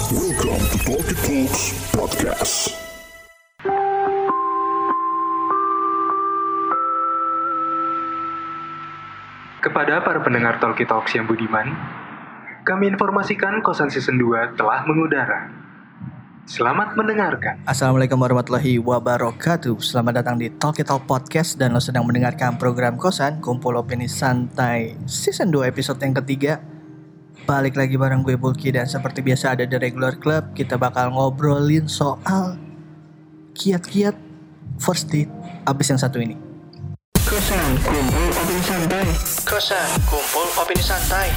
Welcome to Talkie Talks Podcast. Kepada para pendengar Talkie Talks yang budiman, kami informasikan Kosan Season 2 telah mengudara. Selamat mendengarkan. Assalamualaikum warahmatullahi wabarakatuh. Selamat datang di Talkie Talk Podcast. Dan lo sedang mendengarkan program Kosan Kumpul Opini Santai Season 2 episode yang ketiga. Balik lagi bareng gue Bulky. Dan seperti biasa ada The Regular Club. Kita bakal ngobrolin soal kiat-kiat first date abis yang satu ini. Kosan Kumpul Opini Santai. Kosan Kumpul Opini Santai.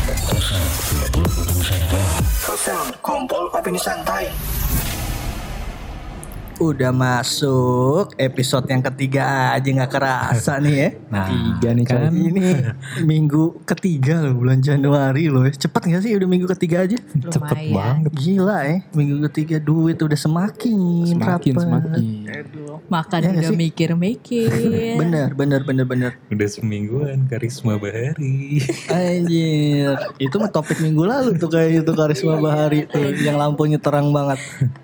Kosan Kumpul Opini Santai. Udah masuk episode yang ketiga aja gak kerasa nih ya. Nah, tiga nih kan. Ini minggu ketiga loh, bulan Januari loh. Cepet gak sih udah minggu ketiga aja? Cepet banget. Gila ya, minggu ketiga duit udah semakin rapat. Makan Ya, udah sih? mikir-mikir. Bener. Udah semingguan Karisma Bahari. Anjir, itu mah topik minggu lalu tuh kayak itu Karisma Bahari tuh yang lampunya terang banget.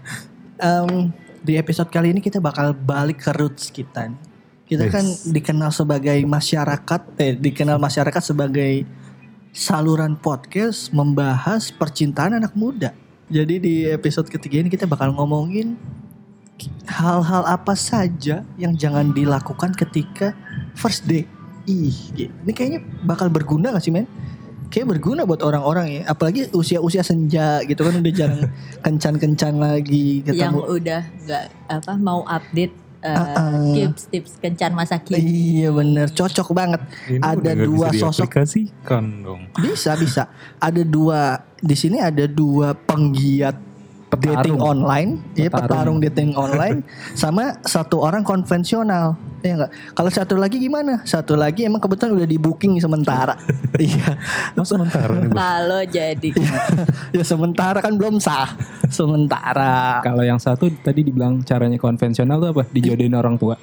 Di episode kali ini kita bakal balik ke roots kita. Kita kan dikenal sebagai dikenal masyarakat sebagai saluran podcast membahas percintaan anak muda. Jadi di episode ketiga ini kita bakal ngomongin hal-hal apa saja yang jangan dilakukan ketika first date. Ini kayaknya bakal berguna gak sih men? Kayak berguna buat orang-orang ya. Apalagi usia-usia senja gitu kan udah jarang kencan-kencan lagi ketemu. Yang udah gak mau update tips-tips kencan masa kini. Iya bener, cocok banget. Ini Ada udah dua bisa sosok. diaplikasikan dong. Bisa. Ada dua di sini ada dua penggiat dating online, ya petarung dating online, sama satu orang konvensional, ya enggak. Kalau satu lagi gimana? Satu lagi emang kebetulan udah di booking sementara. Iya. Sementara nih, Bos. Kalau jadi Ya sementara kan belum sah. Sementara. Kalau yang satu tadi dibilang caranya konvensional tuh apa? Dijodohin orang tua.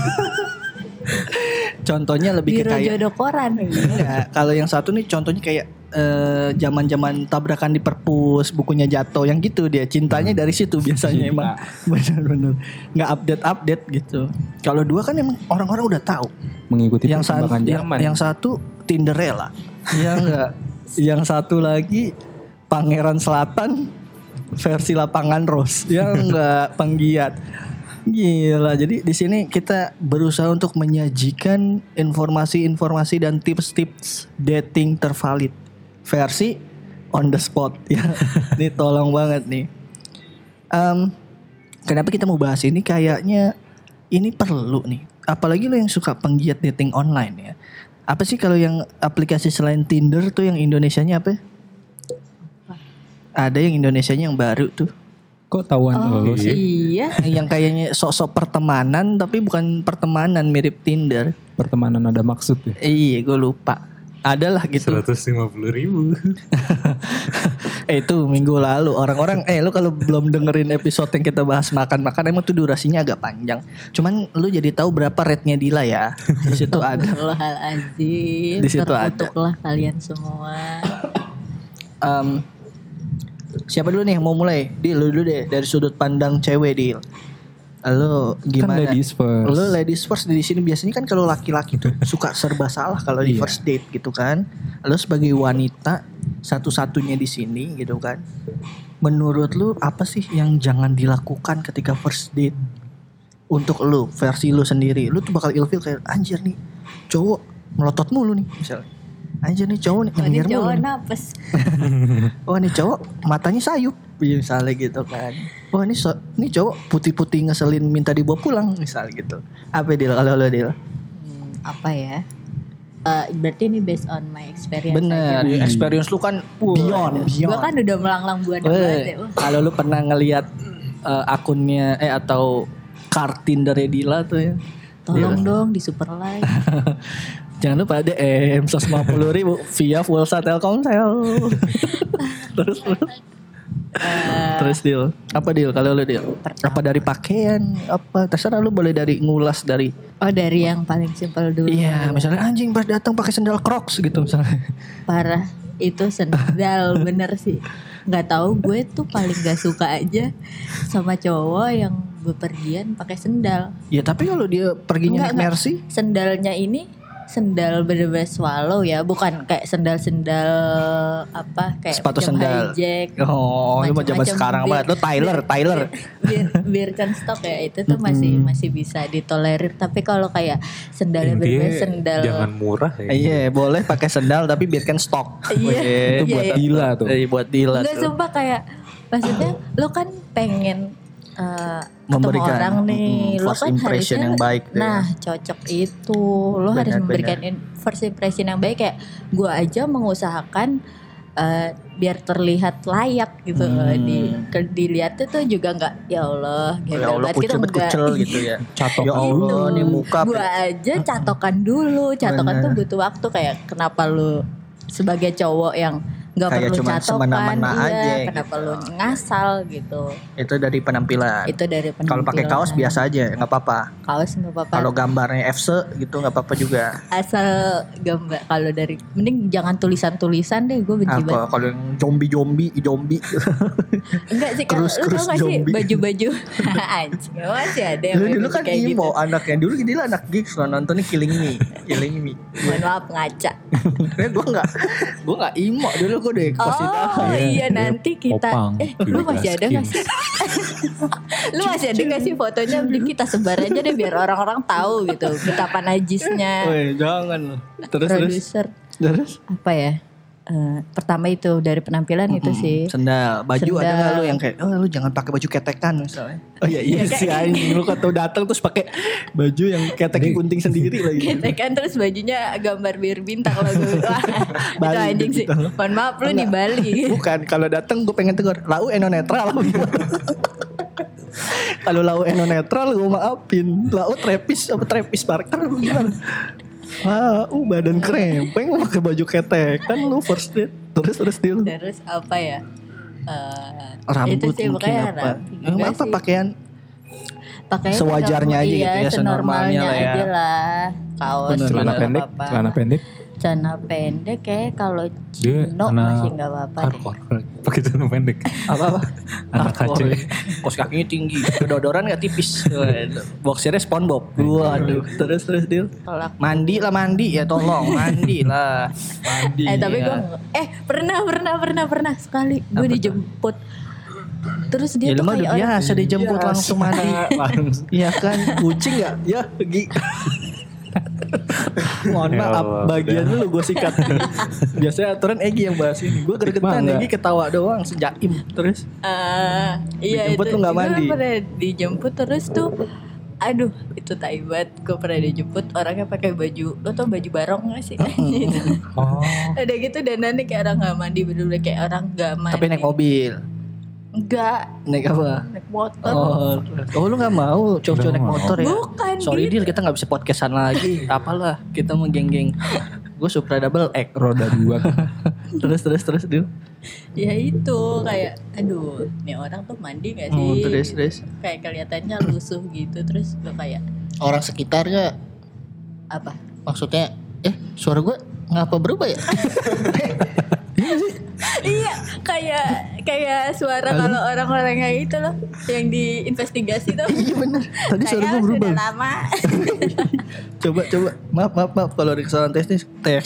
Contohnya lebih ke biro kayak jodoh koran. ya, kalau yang satu nih contohnya kayak zaman-zaman tabrakan di perpus, bukunya jatuh yang gitu dia cintanya dari situ biasanya emang benar-benar nggak update gitu. Kalau dua kan emang orang-orang udah tahu. Mengikuti Yang perkembangan zaman. yang satu Tinderella, ya enggak. Yang satu lagi Pangeran Selatan versi lapangan Rose, ya enggak penggiat. Gila, jadi di sini kita berusaha untuk menyajikan informasi-informasi dan tips-tips dating tervalid versi on the spot ya. Ini tolong banget nih. Kenapa kita mau bahas ini? Kayaknya ini perlu nih. Apalagi lo yang suka penggiat dating online ya. Apa sih kalau yang aplikasi selain Tinder tuh yang Indonesianya apa? Ada yang Indonesianya yang baru tuh. Kok tahuan lo sih? Iya. Yang kayaknya sok-sok pertemanan tapi bukan pertemanan, mirip Tinder. Pertemanan ada maksud ya? Iya, gue lupa. Adalah gitu. 150.000. Itu minggu lalu orang-orang lu kalau belum dengerin episode yang kita bahas makan-makan emang tuh durasinya agak panjang. Cuman lu jadi tahu berapa rate-nya Dila ya. Di situ ada. Astagfirullahaladzim. Di situ ada. Terkutuklah kalian semua. Siapa dulu nih yang mau mulai? Dil, lu dulu deh dari sudut pandang cewek, Dil. Lo gimana? Kan ladies first. Lo ladies first di sini biasanya kan kalau laki-laki tuh suka serba salah kalau di first date gitu kan. Lo sebagai wanita satu-satunya di sini gitu kan. Menurut lo apa sih yang jangan dilakukan ketika first date? Untuk lo, versi lo sendiri. Lo tuh bakal ilfeel kayak anjir nih cowok melotot mulu nih misalnya. Anjir nih cowok nih Ini nyengir cowok mulu. napes. Oh nih cowok matanya sayup misalnya gitu kan. Oh ini cowok putih-putih ngeselin minta dibawa pulang misalnya gitu. Apa Dil kalau lo Dil? Apa ya? Berarti ini based on my experience. Bener, experience lu kan beyond. Gue kan udah melanglang buana banget ya. Kalau lu pernah ngelihat akunnya atau card Tinder Dila tuh ya. Tolong dong di super like. Jangan lupa DM 150.000 via pulsa Telkomsel. Terus Dil, apa Dil kalau lu Dil? Apa dari pakaian? Apa terserah lu, boleh dari ngulas dari. Oh dari yang paling simpel dulu. Iya, misalnya anjing pas datang pakai sandal Crocs gitu misalnya. Parah. itu sendal bener sih. Nggak tahu gue tuh paling gak suka aja sama cowok yang bepergian pakai sendal. Ya tapi kalau dia perginya naik Mercy, Sendalnya ini sendal bener-bener swallow ya, bukan kayak sendal-sendal apa kayak sepatu macam sendal. hijack. Oh, lu mau zaman macam-macam sekarang banget. Lu Tyler. Birkenstock ya, itu tuh masih bisa ditolerir. Tapi kalau kayak sendalnya bener-bener sendal, jangan murah ya. Iya, boleh pakai sendal tapi Birkenstock. Iya. Itu buat Iya. Dila tuh. Buat Dila enggak tuh. sumpah kayak maksudnya lu kan pengen ketemu Memberikan, orang nih, lu first kan impression harusnya, yang baik tuh ya. nah cocok itu, lu harus Benar, memberikan first impression yang baik. Kayak gua aja mengusahakan biar terlihat layak gitu. Dilihat tuh juga nggak ya Allah Ya Allah kucel gitu ya. Catok Ya Allah nih muka. Gua aja catokan dulu. Catokan tuh butuh waktu. Kayak kenapa lu sebagai cowok yang nggak Kayak perlu cuman catokan, semena-mena aja kenapa lu ngasal gitu. Itu dari penampilan. Itu dari penampilan. Kalau pakai kaos biasa aja, nggak apa-apa. Kaos nggak apa-apa. Kalau gambarnya FC gitu nggak apa-apa juga. Asal gambar. Kalau dari mending jangan tulisan-tulisan deh. Gue benci banget. Kalau yang zombie. Enggak sih, kalau lu Krus tau gak sih zombie. baju-baju anjing masih ada yang Dulu baju kan kayak gitu. emo anaknya. Dulu dia anak gigs loh, nontonnya Killing Me. Mohon maaf ngaca. Gue nggak emo dulu, gue udah kos itu. Oh iya nanti kita Popang, lu masih ada gak sih? Lu masih ada gak sih fotonya? Beli kita sebar aja deh biar orang-orang tahu gitu betapa najisnya Weh, jangan loh. produser. Terus Apa ya? Pertama itu dari penampilan itu sih. sendal, baju ada Sendal. nggak lu yang kayak lu jangan pakai baju ketekan misalnya. Oh iya sih anjing, lu kata datang terus pakai baju yang ketek gunting sendiri lagi. Kita kan terus bajunya gambar bir bintang lagu. Wah, itu Bali anjing sih. bintang. Mohon maaf lu di Bali. Bukan, kalau datang gue pengen tegur, lau eno netral. Kalau lau eno netral gue maafin. Lau trepis parker gimana? Badan krempeng pakai baju ketek kan lu first date. Terus deal. Terus apa ya? Rambut itu sih mungkin pokoknya apa? rapi. Enggak Apa sih. pakaian Pakainya sewajarnya aja gitu ya, senormalnya lah ya. aja lah. Kaos Bener. juga Celana nggak pendek, apa-apa. celana pendek. Celana pendek kayak kalau Dia chino masih nggak apa-apa deh. hardcore pakai celana pendek. apa? Anak Hardcore. kacil. Kos kakinya tinggi, kedodoran gak tipis. Boxernya SpongeBob. Waduh, terus deal. Tolak. Mandi ya tolong, mandi lah. Mandi. Tapi ya. gue pernah sekali gue dijemput. Terus dia Ya lu tuh mah kayak udah biasa dijemput langsung mandi. Iya kan, kucing gak? Ya, Gi. Mohon Ya maaf, Allah, bagian lu gue sikat. Biasanya aturan Egi yang bahas ini. Gue gregetan, Mangga. Egi ketawa doang, sejaim. Terus iya Dijemput itu lu nggak gue mandi? pernah dijemput terus tuh aduh itu taibat. Gue pernah dijemput orangnya pakai baju, lo tau baju barong gak sih? Gitu. Oh, Udah gitu dan nanti kayak orang gak mandi, bener-bener kayak orang gak mandi. tapi naik mobil. Enggak, Naik apa? naik motor. Oh lu gak mau cowok-cowok naik motor ya? Bukan Sorry gitu. Dil, kita gak bisa podcastan lagi. Apalah, kita mau geng-geng. Gue Supra double X. Roda 2. Terus Dil. Ya itu kayak aduh nih orang tuh mandi gak sih? Oh, terus. Kayak kelihatannya lusuh gitu. Terus gue kayak Orang sekitarnya apa? maksudnya, suara gue ngapa berubah ya? Iya kayak suara kalau orang-orang kayak itu loh yang diinvestigasi tuh. Iya bener. Tadi suara Saya gue berubah. sudah lama. Coba. Maaf kalau ada kesalahan teknis.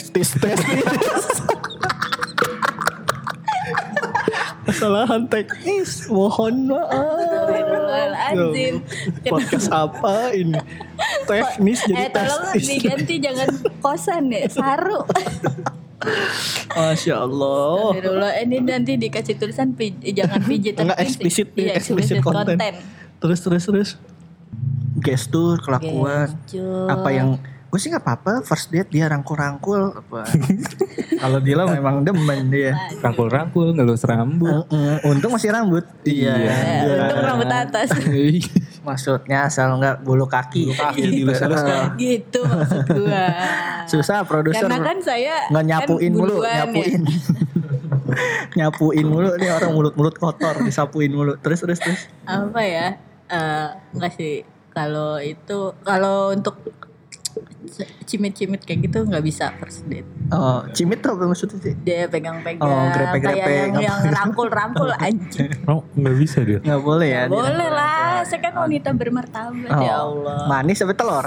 Kesalahan teknis. Mohon maaf. Astagfirullahaladzim. Podcast apa ini? Teknis jadi Tolong teknis. diganti jangan kosan ya, saru. Masya Allah. Astagfirullah, ini nanti dikasih tulisan jangan pijit. Enggak tapi eksplisit nih, iya, eksplisit konten. Terus. Gestur, kelakuan. Gestur. Apa yang gue sih nggak apa-apa first date dia rangkul apa. Kalau Dila memang demen dia. Rangkul-rangkul, ngelus rambut. Untung masih rambut. Iya. Untung rambut atas. Maksudnya asal nggak bulu kaki. Gitu maksud gua. Susah produser. Karena kan saya nggak nyapuin kan mulu, buluan nyapuin. Nyapuin mulu nih orang mulut kotor disapuin mulu. Terus. Apa ya? Enggak sih. Kalau untuk cimit-cimit kayak gitu nggak bisa first date. Oh, cimit tuh apa maksudnya sih? Dia pegang-pegang, Oh, grepe-grepe. kayak yang rangkul-rangkul anjing. Oh, nggak bisa dia. Nggak boleh ya? Boleh lah, saya kan wanita bermartabat ya Allah. Manis apa telur?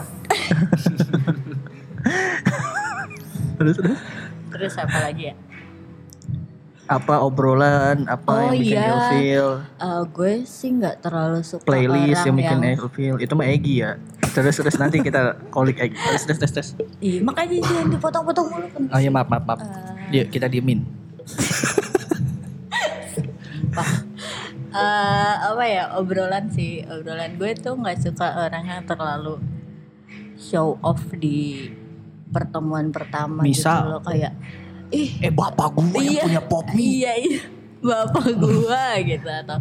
terus Terus apa lagi ya? apa obrolan apa Oh, yang bikin iya. ilfeel? Gue sih nggak terlalu suka Playlist orang yang bikin ilfeel itu mah Egi ya. Terus nanti kita kolik Egi. Terus. Ih, makanya jangan dipotong-potong mulu kan. Oh ya maaf. Yuk kita diemin. Apa ya, obrolan gue tuh nggak suka orang yang terlalu show off di pertemuan pertama. Misal? gitu loh, kayak Bapak gua yang punya pop mie. iya bapak gua gitu, atau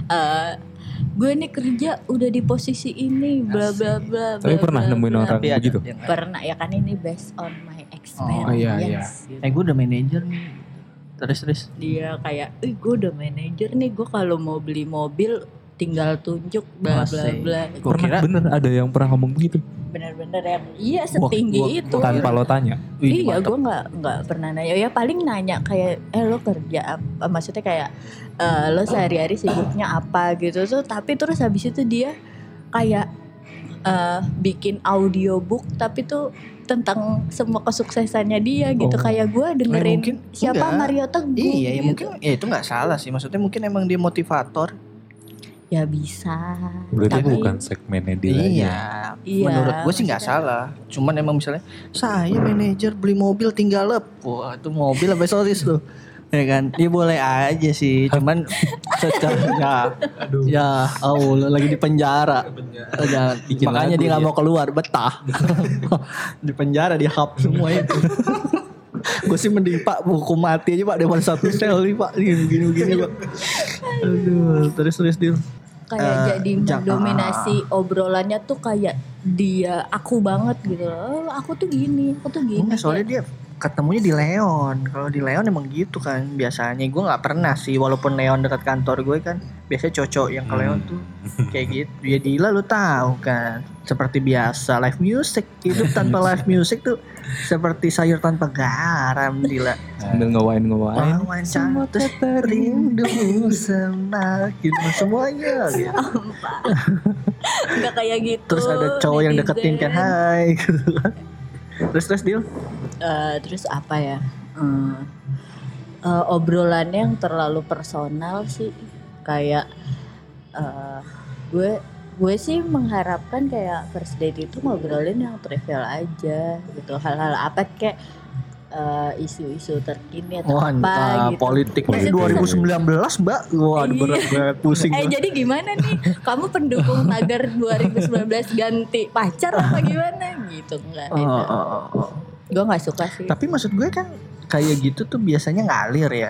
gue nih kerja udah di posisi ini bla bla bla. Tapi bla, pernah bla, nemuin bla. orang Tapi ada begitu? yang- Pernah ya, kan ini based on my experience. Oh, iya. gitu. gue udah manajer nih. Terus. Dia kayak, gue udah manajer nih, gue kalau mau beli mobil tinggal tunjuk bla bla Asik. bla. Gua Pernah kira bener ada yang pernah ngomong begitu Bener-bener yang iya setinggi gua- itu. tanpa lo tanya. wih, Iya, mantap. gue nggak pernah nanya. Ya paling nanya kayak, lo kerja apa? Maksudnya kayak lo sehari-hari sibuknya apa gitu tuh. Tapi terus habis itu dia kayak bikin audiobook, tapi tuh tentang semua kesuksesannya dia gitu. Oh. Kayak gue dengerin mungkin siapa enggak. Mario Teguh. Iya, ya gitu. mungkin ya itu nggak salah sih. Maksudnya mungkin emang dia motivator. Ya bisa. Berarti Tapi- bukan segmennya dia aja. Iya, Menurut gue sih nggak maksudnya- salah. Cuman emang misalnya saya manajer beli mobil tinggal lep. Wah itu mobil apa sosis tuh? Ya kan? Dia boleh aja sih. Cuman secara ya Allah lagi di penjara. Jangan. Bikin Makanya lagu dia nggak dia. mau keluar, betah. Di penjara dia hap semua itu. Gue sih mending Pak hukum mati aja Pak daripada satu sel nih Pak. Begini Pak. Aduh, terus dia. Kayak jadi mendominasi obrolannya tuh kayak dia aku banget gitu. Aku tuh gini. Enggak, soalnya dia ketemunya di Leon. Kalau di Leon emang gitu kan biasanya. Gue nggak pernah sih, walaupun Leon dekat kantor gue kan. Biasanya cocok yang ke Leon tuh kayak gitu. Ya Dila lu tahu kan. Seperti biasa live music. Hidup tanpa live music tuh seperti sayur tanpa garam Dila. Sambil ngewain. Wawan cantik rindu semakin semuanya gitu. Nggak kayak gitu. Terus ada cowok yang deketin kan, hai gitu kan. Terus Dil. Terus apa ya? Obrolannya yang terlalu personal sih. Kayak gue sih mengharapkan kayak first date itu ngobrolin yang trivial aja gitu. Hal-hal apa kayak isu-isu terkini atau apa Mantap, gitu. politik nih Maksudnya 2019 Mbak. Wah, Iya. berat banget pusing. Jadi gimana nih? Kamu pendukung tagar 2019 ganti pacar apa gimana? Gitu enggak gitu. Gue nggak suka sih. Tapi maksud gue kan kayak gitu tuh biasanya ngalir ya.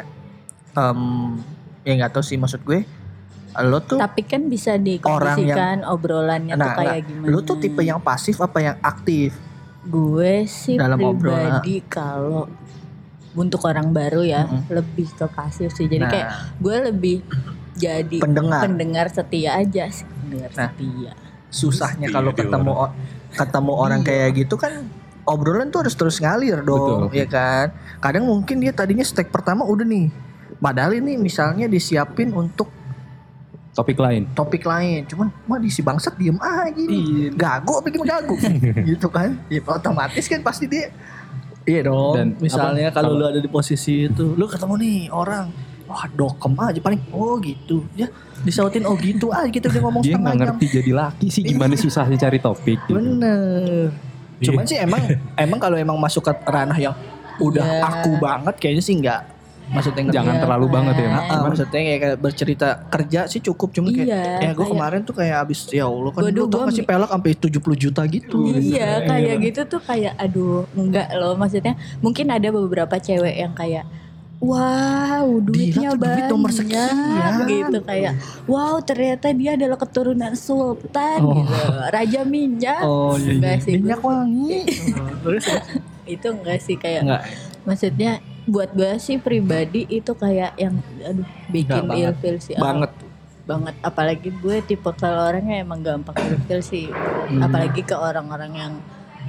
Ya nggak tahu sih maksud gue. Lo tuh Tapi kan bisa dikondisikan obrolannya tuh kayak gimana. lo tuh tipe yang pasif apa yang aktif? Gue sih dalam pribadi kalau untuk orang baru ya lebih ke pasif sih. Jadi Nah. kayak gue lebih jadi Pendengar. setia aja sih. Pendengar Nah. setia. Susahnya Iya, kalau dia ketemu orang kayak gitu kan obrolan tuh harus terus ngalir dong. Betul. Ya kan? Kadang mungkin dia tadinya step pertama udah nih. Padahal ini misalnya disiapin untuk Topik lain. topik lain, cuman mah di si bangsat diem aja nih, gagu bikin gagu, gitu kan? Ya otomatis kan pasti dia, iya dong. Dan Misalnya apa, kalau kalau- lu ada di posisi itu, lu ketemu nih orang, wah dokem aja paling, oh gitu, ya disautin oh gitu aja gitu dia ngomong Dia setengah nggak jam. ngerti jadi laki sih gimana susahnya cari topik. Gitu. Bener. Cuman sih emang kalau emang masuk ke ranah yang udah Iya. aku banget, kayaknya sih enggak. Maksudnya Jangan Iya, terlalu banget ya. kan. Maksudnya kayak bercerita kerja sih cukup, cuma kayak Iya, gue kayak- kemarin tuh kayak abis ya Allah kan Waduh, dulu tuh gua kasih pelak sampai 70 juta gitu. Iya kayak gitu tuh kayak aduh enggak loh, maksudnya mungkin ada beberapa cewek yang kayak wow duitnya tuh duit banyak nomor sekian. gitu, kayak wow ternyata dia adalah keturunan sultan gitu, raja minyak. Oh iya, Enggak sih, minyak wangi. Terus itu enggak sih kayak enggak. maksudnya buat gue sih pribadi itu kayak yang aduh bikin Enggak, ilfil sih. Banget. Banget, apalagi gue tipe kalau orangnya emang gampang ilfil sih. Apalagi ke orang-orang yang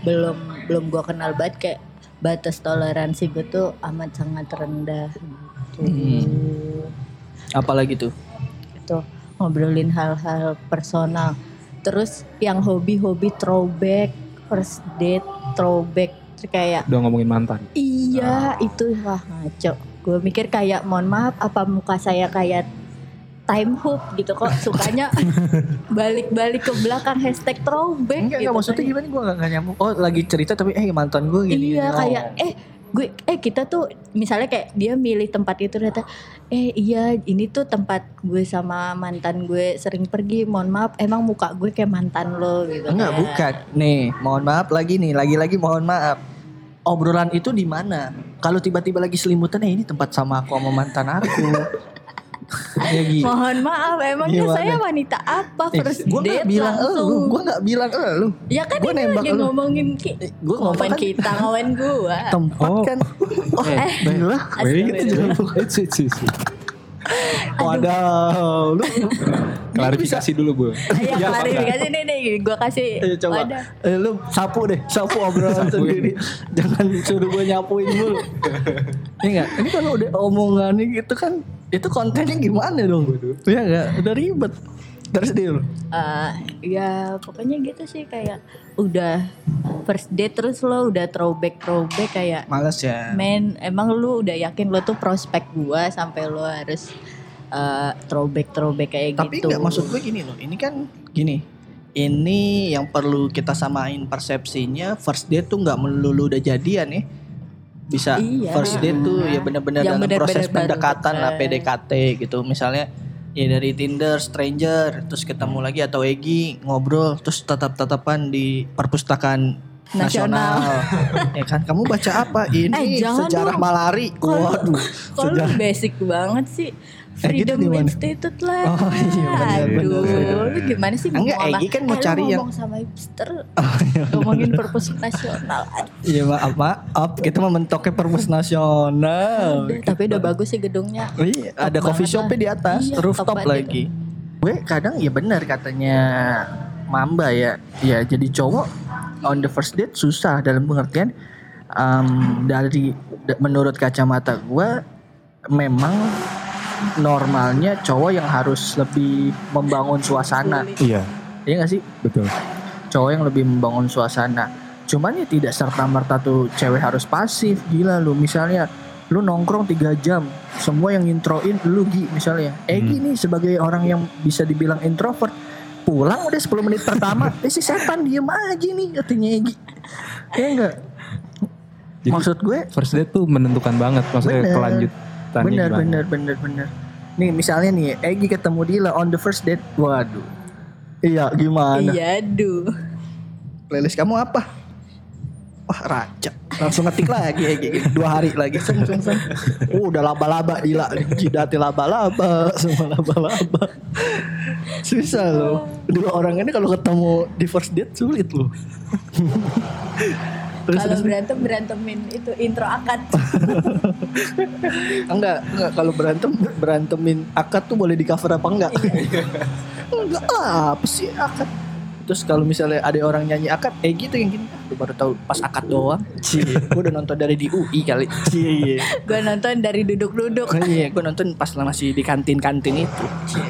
belum gue kenal banget, kayak batas toleransi gue tuh amat sangat rendah gitu. Apalagi tuh? Itu ngobrolin hal-hal personal. Terus yang hobi-hobi throwback, first date throwback, kayak Udah ngomongin mantan. iya itu wah ngaco. Gue mikir kayak mohon maaf apa muka saya kayak time hoop gitu kok sukanya balik-balik ke belakang hashtag throwback Enggak, gitu. maksudnya kan. gimana, gue gak nyambung. Oh lagi cerita tapi mantan gue gini. Iya Oh. kayak kita tuh misalnya kayak dia milih tempat itu ternyata iya ini tuh tempat gue sama mantan gue sering pergi, mohon maaf emang muka gue kayak mantan lo gitu. Enggak, kan. bukan. Nih, mohon maaf lagi nih, lagi-lagi mohon maaf. Obrolan itu di mana? Kalau tiba-tiba lagi selimutan, ini tempat sama aku sama mantan aku. Ya gitu. Mohon maaf emangnya Gimana? saya wanita apa first Gue date gak bilang langsung. gue gak bilang lu. Ya kan Gua ini nembak lagi lu. ngomongin Gua ngomong ngomongin kan kita ngomongin gua. tempat kan. Oh, gila. Astagfirullah. Waduh, lu Klarifikasi dulu, Bu. Ya klarifikasi nih gua kasih. coba. Wadah. Lu sapu obrolan sendiri. Jangan suruh gue nyapuin dulu. Ini enggak? Ini kalau udah omongannya gitu kan, itu kontennya gimana dong? Iya enggak? Udah ribet. Terus dia lu. Ya pokoknya gitu sih, kayak udah first date terus lo udah throwback kayak Males ya. men, emang lu udah yakin lo tuh prospek gua sampai lo harus throwback kayak Tapi gitu. enggak, maksud gue gini loh. Ini kan gini. Ini yang perlu kita samain persepsinya, first date tuh enggak melulu udah jadian ya. Bisa Iya. first date tuh ya benar-benar Yang dalam benar-benar proses baru pendekatan lah, kenal. PDKT gitu. Misalnya ya dari Tinder, stranger, terus ketemu lagi atau Egi ngobrol, terus tatap-tatapan di perpustakaan nasional. Ya kan, kamu baca apa? Ini jangan sejarah dong. malari. Waduh, Kalau sejarah. basic banget sih. gitu Freedom di mana? Institute lah. Oh, iya, benar, Aduh, lu gimana sih Enggak, ngomong sama- Egi kan mau lu cari yang- ngomong sama hipster. Ngomongin perpus nasional. Iya maaf, kita mau mentoknya perpus nasional. Tapi udah bagus sih gedungnya. Oh iya, ada Top coffee banget shopnya lah. di atas, Iya, rooftop top banget lagi. Gue kadang ya benar katanya Mamba ya jadi cowok on the first date susah dalam pengertian menurut kacamata gue memang normalnya cowok yang harus lebih membangun suasana. Iya, Iya gak sih? betul. Cowok yang lebih membangun suasana. Cuman ya tidak serta-merta tuh cewek harus pasif. Gila lu, misalnya lu nongkrong 3 jam, semua yang introin lu Gi misalnya. Egi nih sebagai orang yang bisa dibilang introvert, pulang udah 10 menit pertama, si setan diem aja nih katanya Egi. Iya enggak? Jadi, Maksud gue First date tuh menentukan banget, maksudnya Bener. kelanjutannya gimana. bener. Nih misalnya nih Egi ketemu Dila on the first date. Waduh. Iya gimana? Iya, duh. Playlist kamu apa? Wah raja. Langsung ngetik lagi Egi. 2 hari lagi. Seng. Udah laba-laba Dila. Jidatnya laba-laba. Semua laba-laba. Susah loh. Dua orang ini kalau ketemu di first date sulit loh. Kalau berantemin itu intro akad. Enggak kalau berantemin akad tuh boleh di cover apa enggak? Enggak lah, apa sih akad? Terus kalau misalnya ada orang nyanyi akad, gitu yang gini. Lu baru tahu pas akad doang. Cie, gue udah nonton dari di UI kali. Cie. Gue nonton dari duduk-duduk. Iya, gue nonton pas masih di kantin-kantin itu.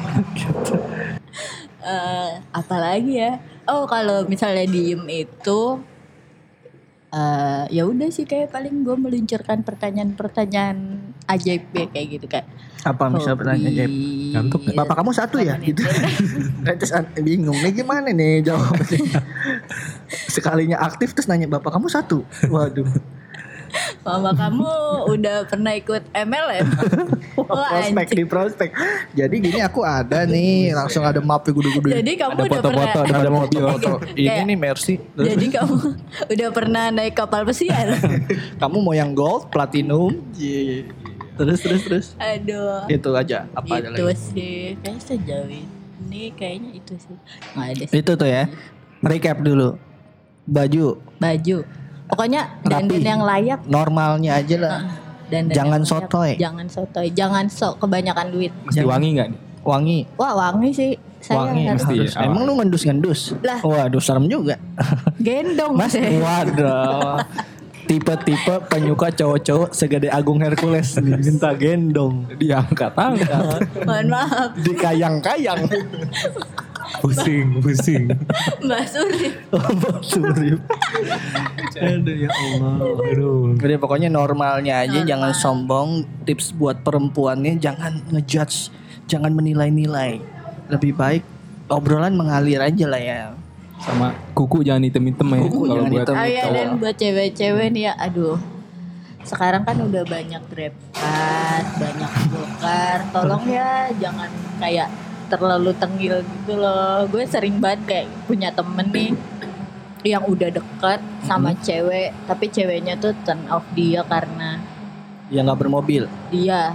Apalagi ya? Oh, kalau misalnya diem itu ya udah sih kayak paling gue meluncurkan pertanyaan ajaib ya, kayak gitu kayak Apa misal pertanyaan ajaib? Ngantuk nggak? Bapak kamu satu ya? Gitu. Terus bingung nih gimana nih jawabnya. Sekalinya aktif terus nanya bapak kamu satu. Waduh. Mama kamu udah pernah ikut MLM? Wah, Prospek anjing. di prospek. Jadi gini aku ada nih, langsung ada mapnya gudu-gudu. Jadi kamu Ada udah foto-foto, pernah ada mobil. Foto. Ini Kayak- nih Mercy. Jadi kamu udah pernah naik kapal pesiar? Kamu mau yang gold, platinum? Iya. Terus. Aduh. Itu aja. Apa ada Itu lagi? sih kayaknya sejauh ini kayaknya itu sih nggak ada sih. Itu tuh ya. Recap dulu. Baju Baju pokoknya dandan Rapi. yang layak. normalnya aja lah. Dandan Jangan yang layak. sotoy. Jangan sotoy, jangan sok kebanyakan duit. Mesti wangi nggak nih? Wangi. Wah wangi sih. Saya Wangi harus mesti. harus. Emang lu ngendus-ngendus? Lah. Waduh serem juga. gendong. Mas, waduh. Tipe-tipe penyuka cowok-cowok segede Agung Hercules nih, minta gendong. Diangkat-angkat. Mohon maaf Dikayang-kayang. Pusing. Mbak Suri. Surip. Aduh ya Allah. Aduh. Jadi pokoknya normalnya aja, jangan sombong. Tips buat perempuan nih, jangan ngejudge, jangan menilai-nilai. Lebih baik obrolan mengalir aja lah ya. Sama kuku jangan hitam-hitam ya. Kuku Kalau jangan buat hitam. Oh iya, dan buat cewek-cewek nih ya, aduh. Sekarang kan udah banyak GrabCard, banyak Gokar. Tolong ya jangan kayak terlalu tenggil gitu loh. Gue sering banget kayak punya temen nih yang udah deket sama cewek, tapi ceweknya tuh turn off dia karena Ya nggak bermobil. dia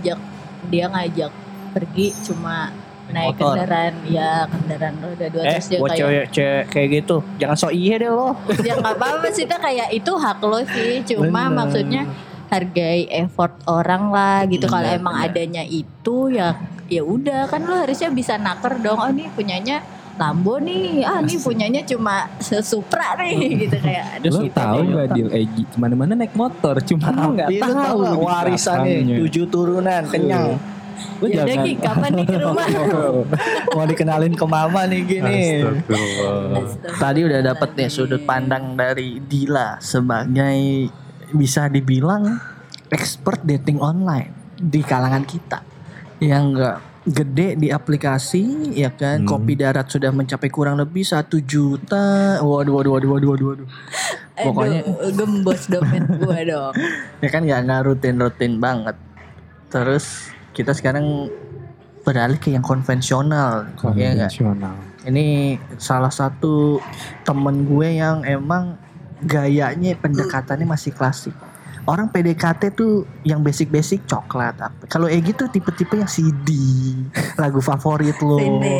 ngajak pergi cuma naik Motor. kendaraan roda dua, terus dia buat kayak cewek kayak gitu, jangan so iya deh lo. ya nggak apa-apa sih, kayak itu hak lo sih, cuma Bener. maksudnya hargai effort orang lah gitu. Kalau Bener, emang bener. adanya itu ya udah, kan lo harusnya bisa naker dong. Oh nih punyanya Lambo nih, nih punyanya cuma Supra nih gitu kayak. Lo Kita tahu nih, nggak Dil, Egi kemana-mana naik motor, cuma lo nggak Tapi lu tahu nggak di warisannya belakangnya. 7 turunan kenyang. Lo Ya udah Ki, kapan nih ke rumah? Mau dikenalin ke mama nih gini. Astagfirullah. Tadi udah dapet nih sudut pandang dari Dila sebagai bisa dibilang expert dating online di kalangan kita yang enggak gede di aplikasi ya kan. Kopi darat sudah mencapai kurang lebih 1 juta. Waduh. Pokoknya gembos dompet gua dong. ya kan nggak rutin banget. Terus kita sekarang beralih ke yang konvensional. Ya nggak? Konvensional. Ini salah satu temen gue yang emang gayanya pendekatannya masih klasik. Orang PDKT tuh yang basic-basic coklat apa. Kalau Egi tuh tipe-tipe yang CD, lagu favorit lo,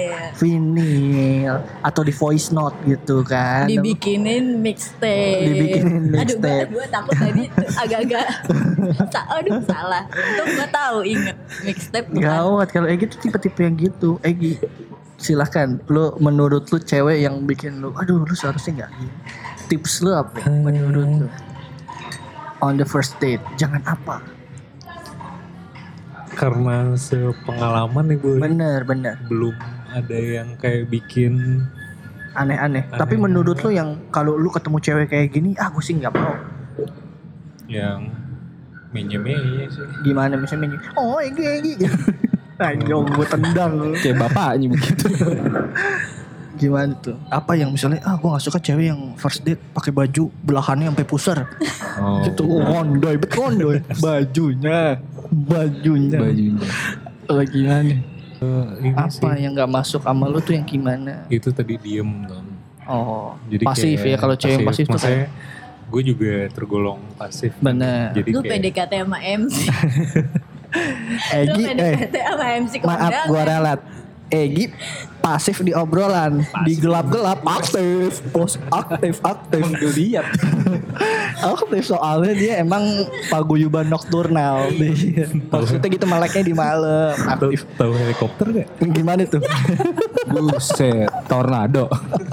vinyl atau di voice note gitu kan. Dibikinin mixtape. Dibikinin mixtape. Aduh, gue takut tadi agak-agak salah. Untung gue tahu inget mixtape bukan. Gawat, kalau Egi tuh tipe-tipe yang gitu. Egi, silakan. Lu menurut lu cewek yang bikin lu, aduh lu seharusnya nggak gini. Tips lu apa? Menurut lu? On the first date, jangan apa? Karena sepengalaman nih gue Bener. belum ada yang kayak bikin Aneh-aneh. Tapi menurut lu yang kalau lu ketemu cewek kayak gini, gue sih nggak mau. yang menye-menye sih. Gimana misalnya? Oh, Egi. Ayo gue tendang. Kayak bapaknya begitu. Gimana tuh? Apa yang misalnya gue nggak suka cewek yang first date pakai baju belahannya sampai pusar. Oh. Gitu kondoy. Bajunya. Gimana? Ini Apa sih, yang nggak masuk sama lu tuh yang gimana? itu tadi diem kan. Oh, Jadi pasif kayak ya, kalau cewek yang pasif tuh maksudnya kayak gue juga tergolong pasif. bener. Jadi Lu kayak PDKT sama MC. Lu Egi, PDKT sama MC maaf gua ralat. Egi pasif di obrolan, di gelap-gelap aktif, aktif. Menggeliat. Aktif soalnya dia emang paguyuban nokturnal. Maksudnya gitu meleknya di malam, aktif. tahu helikopter gak? Gimana tuh? Buset, tornado.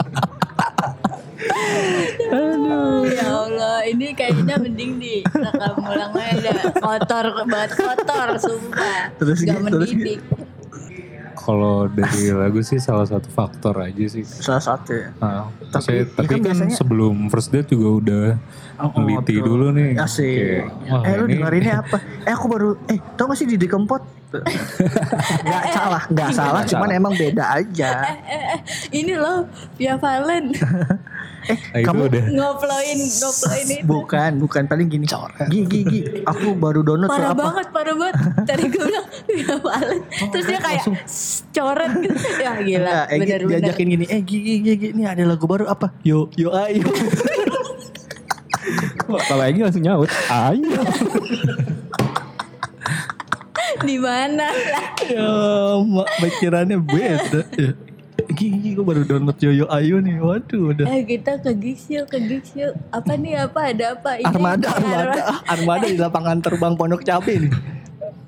Ya Allah, ini kayaknya mending di rekam ulang aja. Kotor, sumpah. Terus Gak gitu, terus mendidik. Kalau dari lagu sih salah satu faktor aja sih. Salah satu ya. Tapi ya kan kan biasanya- sebelum first date juga udah neliti betul. dulu nih. Asik. Kayak, wah, Lu ini dengerinnya apa? Aku baru tau gak sih Didi Kempot? Nggak salah, cuman emang beda aja. Ini loh, Via Valen nah, itu kamu udah ngoploin itu. Bukan paling gini. Gi, aku baru download tuh apa? Parah banget. Tadi gue bilang Via Valen, terus dia kayak coret gitu. Ya gila, Enggak, bener-bener. diajakin gini, Gi, ini ada lagu baru apa? Yo, ayo. Kalau Egi langsung nyaut. Ayo. Di mana lah? Ya, mak pikirannya beda. Ya. Gi, gue baru download Yo, ayo nih. Waduh, udah. Kita ke gigs yuk. Apa nih, ada apa? Ini Armada di lapangan terbang Pondok Cabe nih.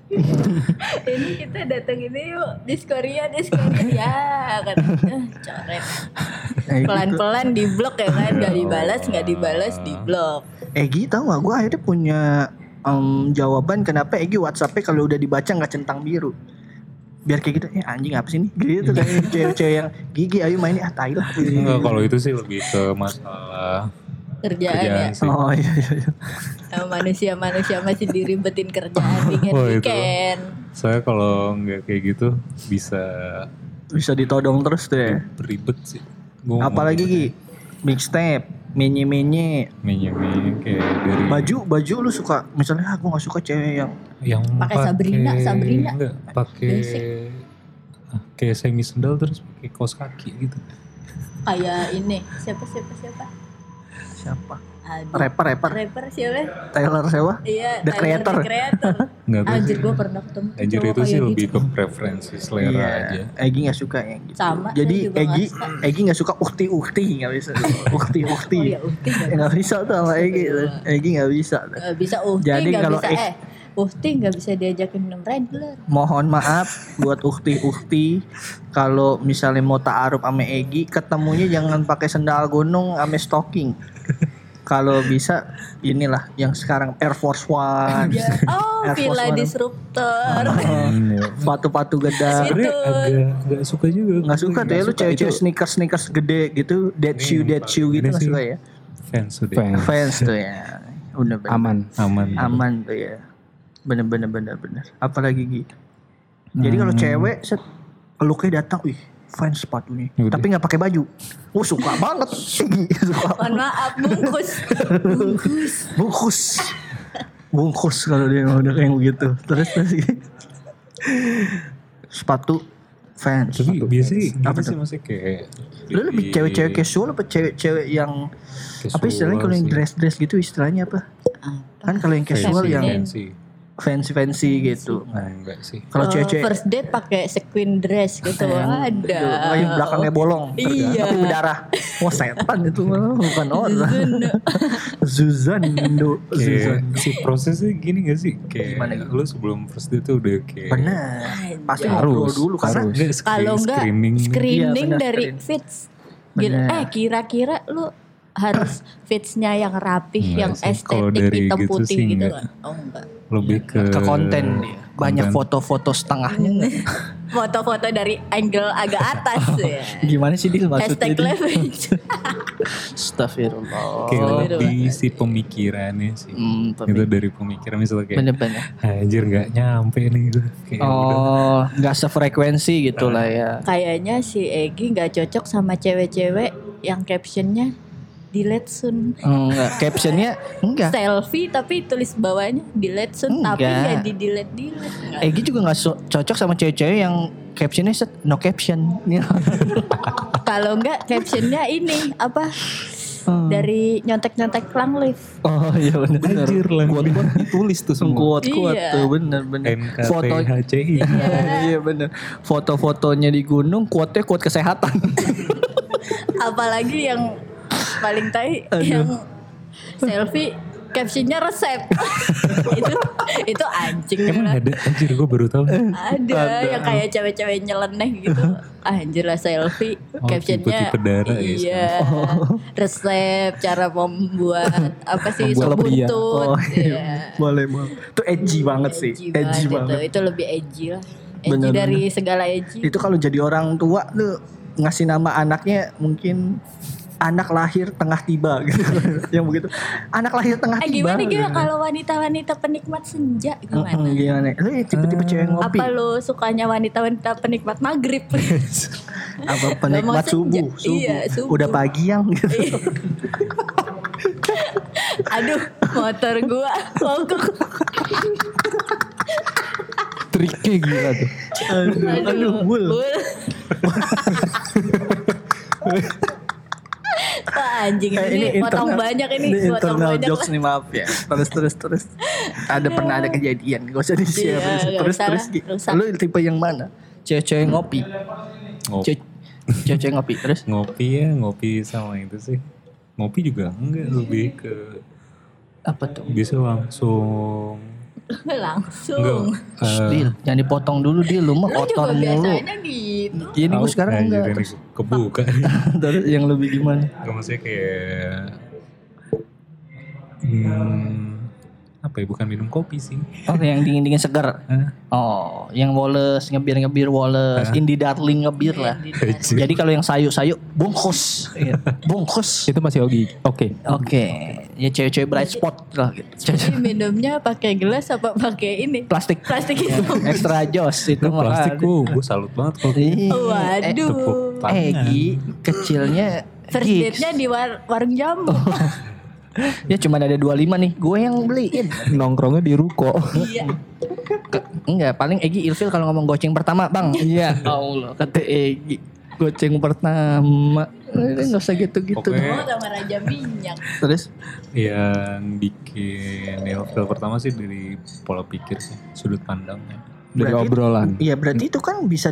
Ini kita datang ini yuk Discordia ya kan. Coret. Pelan-pelan di blok ya kan, nggak dibalas di blok. Egi tahu nggak? Gue akhirnya punya jawaban kenapa Egi WhatsAppnya kalau udah dibaca nggak centang biru. Biar kayak gitu, anjing apa sih ini? Gitu kayak cewek-cewek yang gigi ayo main tai lah. Enggak, kalau itu sih lebih ke masalah Kerjaan ya. sih. Oh iya. Manusia masih diribetin kerjaan weekend. Saya kalau nggak kayak gitu bisa ditodong terus tuh ya. beribet sih. Apalagi Gi, mixtape, menye kayak dari baju lu suka misalnya aku nggak suka cewek yang pakai Sabrina enggak pakai kayak semi sandal terus pakai kaos kaki gitu. Kayak ini siapa siapa? Aduh. Rapper siapa? Taylor siapa? Iya, The Creator. Enggak tahu. Anjir gue pernah ketemu. Anjir itu sih lebih ke preferensi selera aja. Egi nggak suka yang gitu. Sama. Jadi saya juga Egi nggak suka ukti nggak bisa. Ukti. Oh iya, Uhti Nggak bisa tuh sama Egi. Egi nggak bisa. Bisa Uhti Jadi nggak kalau bisa Uhti nggak bisa diajakin minum Redler. Mohon maaf buat ukti kalau misalnya mau ta'aruf sama Egi, ketemunya jangan pakai sendal gunung sama stocking. Kalau bisa inilah yang sekarang Air Force One. Oh, Air Force Villa One. Disruptor. Sepatu gede. Itu. Agak suka juga. Nggak suka tuh ya lu cewek-cewek sneakers gede gitu, dead shoe gitu nggak suka ya. Fans udah. Fans tuh ya. Udah bener. Aman tuh ya. Bener. Apalagi gitu. Jadi kalau cewek looknya datang, wih fans sepatunya. Udah. Tapi nggak pakai baju. Suka banget. Mohon maaf, Bungkus kalau dia udah kayak begitu. Terus sepatu fans. Tapi biasanya Apa gitu sih tuh? masih kayak Lu lebih cewek-cewek casual apa cewek-cewek yang apa istilahnya kalau yang dress gitu istilahnya apa? Kan kalau yang casual yang fancy gitu. Enggak sih. Kalau cewek-cewek first date pakai sequin dress gitu. Ada. yang belakangnya bolong, Iya. tapi berdarah. Wah setan itu mah, bukan orang. Zuzando. Kayak si prosesnya gini gak sih? Gimana Kayak lu sebelum first date tuh udah kayak Benar. Pasti Harus, ngobrol dulu karena harus. Kalau enggak screening. screening Iya, benar, dari screen. fits. Benar. Kira-kira lu harus fitsnya yang rapih, Enggak yang sih, kalau estetik dari hitam gitu putih sih gitu enggak. kan? Oh enggak. Lebih ke konten dia. Banyak konten. foto-foto setengahnya enggak? Foto-foto dari angle agak atas ya. Gimana sih dia maksudnya Hashtag itu? leverage. Astagfirullah. kayak Oh, lebih si pemikirannya sih. Itu dari pemikiran misalnya kayak Bener-bener. anjir gak nyampe nih gue. Kayak udah. Oh, nggak sefrekuensi gitu lah ya. Kayaknya si Egi nggak cocok sama cewek-cewek yang captionnya delete soon. Enggak, captionnya enggak. Selfie tapi tulis bawahnya delete soon tapi Enggak. nggak di delete. Egi juga nggak cocok sama cewek-cewek yang captionnya no caption. Kalau enggak captionnya ini apa dari nyontek-nyontek Lang Live. Oh iya benar. Anjir lah. Kuat-kuat ditulis tuh semua. kuat Iya. tuh bener. Foto NKTHCI. iya bener. Foto-fotonya di gunung, kuatnya kuat kesehatan. Apalagi yang paling tai yang selfie captionnya resep. itu anjing. Emang ada anjir gue baru tahu. Ada yang kayak cewek-cewek nyeleneh gitu. Anjir lah selfie captionnya tipe-tipe darah ya iya. Resep cara membuat apa sih Membuat sop lebih ya. buntut. Oh Iya. iya. Boleh. Itu edgy banget sih. Edgy banget. Itu lebih edgy lah. Edgy Bener, dari segala edgy. Itu kalau jadi orang tua tuh ngasih nama anaknya mungkin anak lahir tengah tiba gitu. Yang begitu. Anak lahir tengah tiba. Gimana kalau wanita-wanita penikmat senja gimana? Gimana? Lu tipe-tipe cewek ngopi. Apa lu sukanya wanita-wanita penikmat maghrib? Apa penikmat Gak mau senja. subuh. Iya, subuh. Udah pagi yang gitu. Aduh, motor gua mogok. Triknya gila tuh. Aduh, bul. Wah anjing ini potong banyak ini potong internal banyak jokes lah. nih maaf ya. Terus. Pernah ada kejadian. Gak usah di-share. Iya, terus. nggak usah. Lu tipe yang mana? Cewek-cewek ngopi. Cewek-cewek ngopi terus. Ngopi sama itu sih. Ngopi juga enggak, lebih ke Apa tuh? bisa langsung Langsung. Dil, jangan dipotong dulu Dil, lu mah Lu kotor juga mulu. biasanya gitu. Ini gue sekarang enggak. Jadi ini kebuka. Terus yang lebih gimana? Gak maksudnya kayak apa ya, bukan minum kopi sih. Oh, yang dingin-dingin segar. Hah? Oh, yang Wallace ngebir Wallace, Indie Darling ngebir lah. Jadi kalau yang sayu bungkus. Iya, bungkus. Itu masih oke. Oke, ya cewek-cewek bright spot lah gitu. Jadi minumnya pakai gelas apa pakai ini? Plastik. Plastik itu. Extra jos itu mah. Plastik gue salut banget kok. Iya. Waduh. Tepuk tangan. Egi kecilnya First gigs. date-nya di warung jamu. Ya cuma ada 25 nih, gue yang beliin. Nongkrongnya di ruko. Iya. Enggak, paling Egi ilfil kalau ngomong goceng pertama, Bang. Iya, Allah, kata Egi. Goceng pertama. Enggak usah gitu-gitu. Pokoknya- Oh, sama Raja Minyak. Terus Yang bikin ilfil pertama sih dari pola pikir sih, sudut pandangnya. Dari Berarti- obrolan. iya berarti itu kan bisa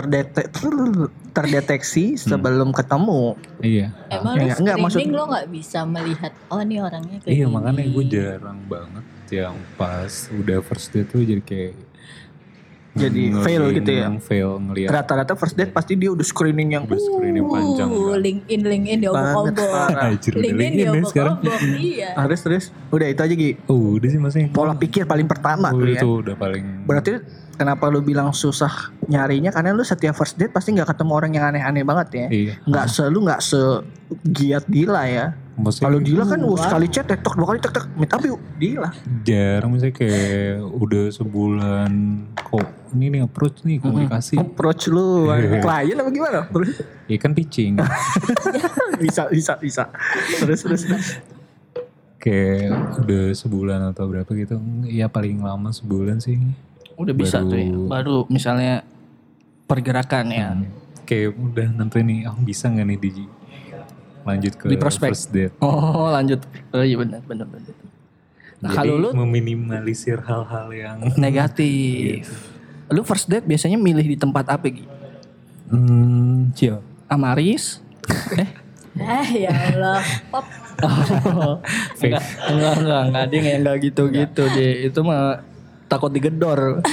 terdeteksi sebelum ketemu. Iya. Emang Enggak, lu maksud- screening lo gak bisa melihat, oh nih orangnya kayak Iya gini. makanya gue jarang banget yang pas udah first date tuh jadi kayak Jadi fail gitu ya. Fail ngeliat Rata-rata first date pasti dia udah screening yang udah screening panjang banget. LinkedIn diobok-obok. Banget, Anjir, udah LinkedIn LinkedIn ya sekarang. diobok-obok. Iya. Terus udah itu aja Gi. Udah sih maksudnya. Pola pikir paling pertama tuh ya. Itu udah paling. Berarti kenapa lu bilang susah nyarinya karena lu setiap first date pasti nggak ketemu orang yang aneh-aneh banget ya. Iya. Nggak segiat Dila ya. Maksudnya Kalau Dila kan sekali chat TikTok, 2 kali tek meet up yuk. Dila. jarang misalnya kayak udah sebulan kok ini nih approach nih komunikasi. Approach lu klien apa gimana? Iya kan pitching. bisa. Terus. Kayak udah sebulan atau berapa gitu. Iya paling lama sebulan sih. Udah bisa Baru- tuh ya. Baru misalnya pergerakan ya. Kayak udah nentuin nih, aku bisa gak nih lanjut ke Di prospek. first date. Oh lanjut. Oh iya benar. Nah, Jadi kalau lu meminimalisir hal-hal yang negatif. Lu first date biasanya milih di tempat apa Gi? Chill. Amaris? Ya Allah. Pop. Enggak. Dia enggak gitu-gitu deh. Itu mah takut digedor.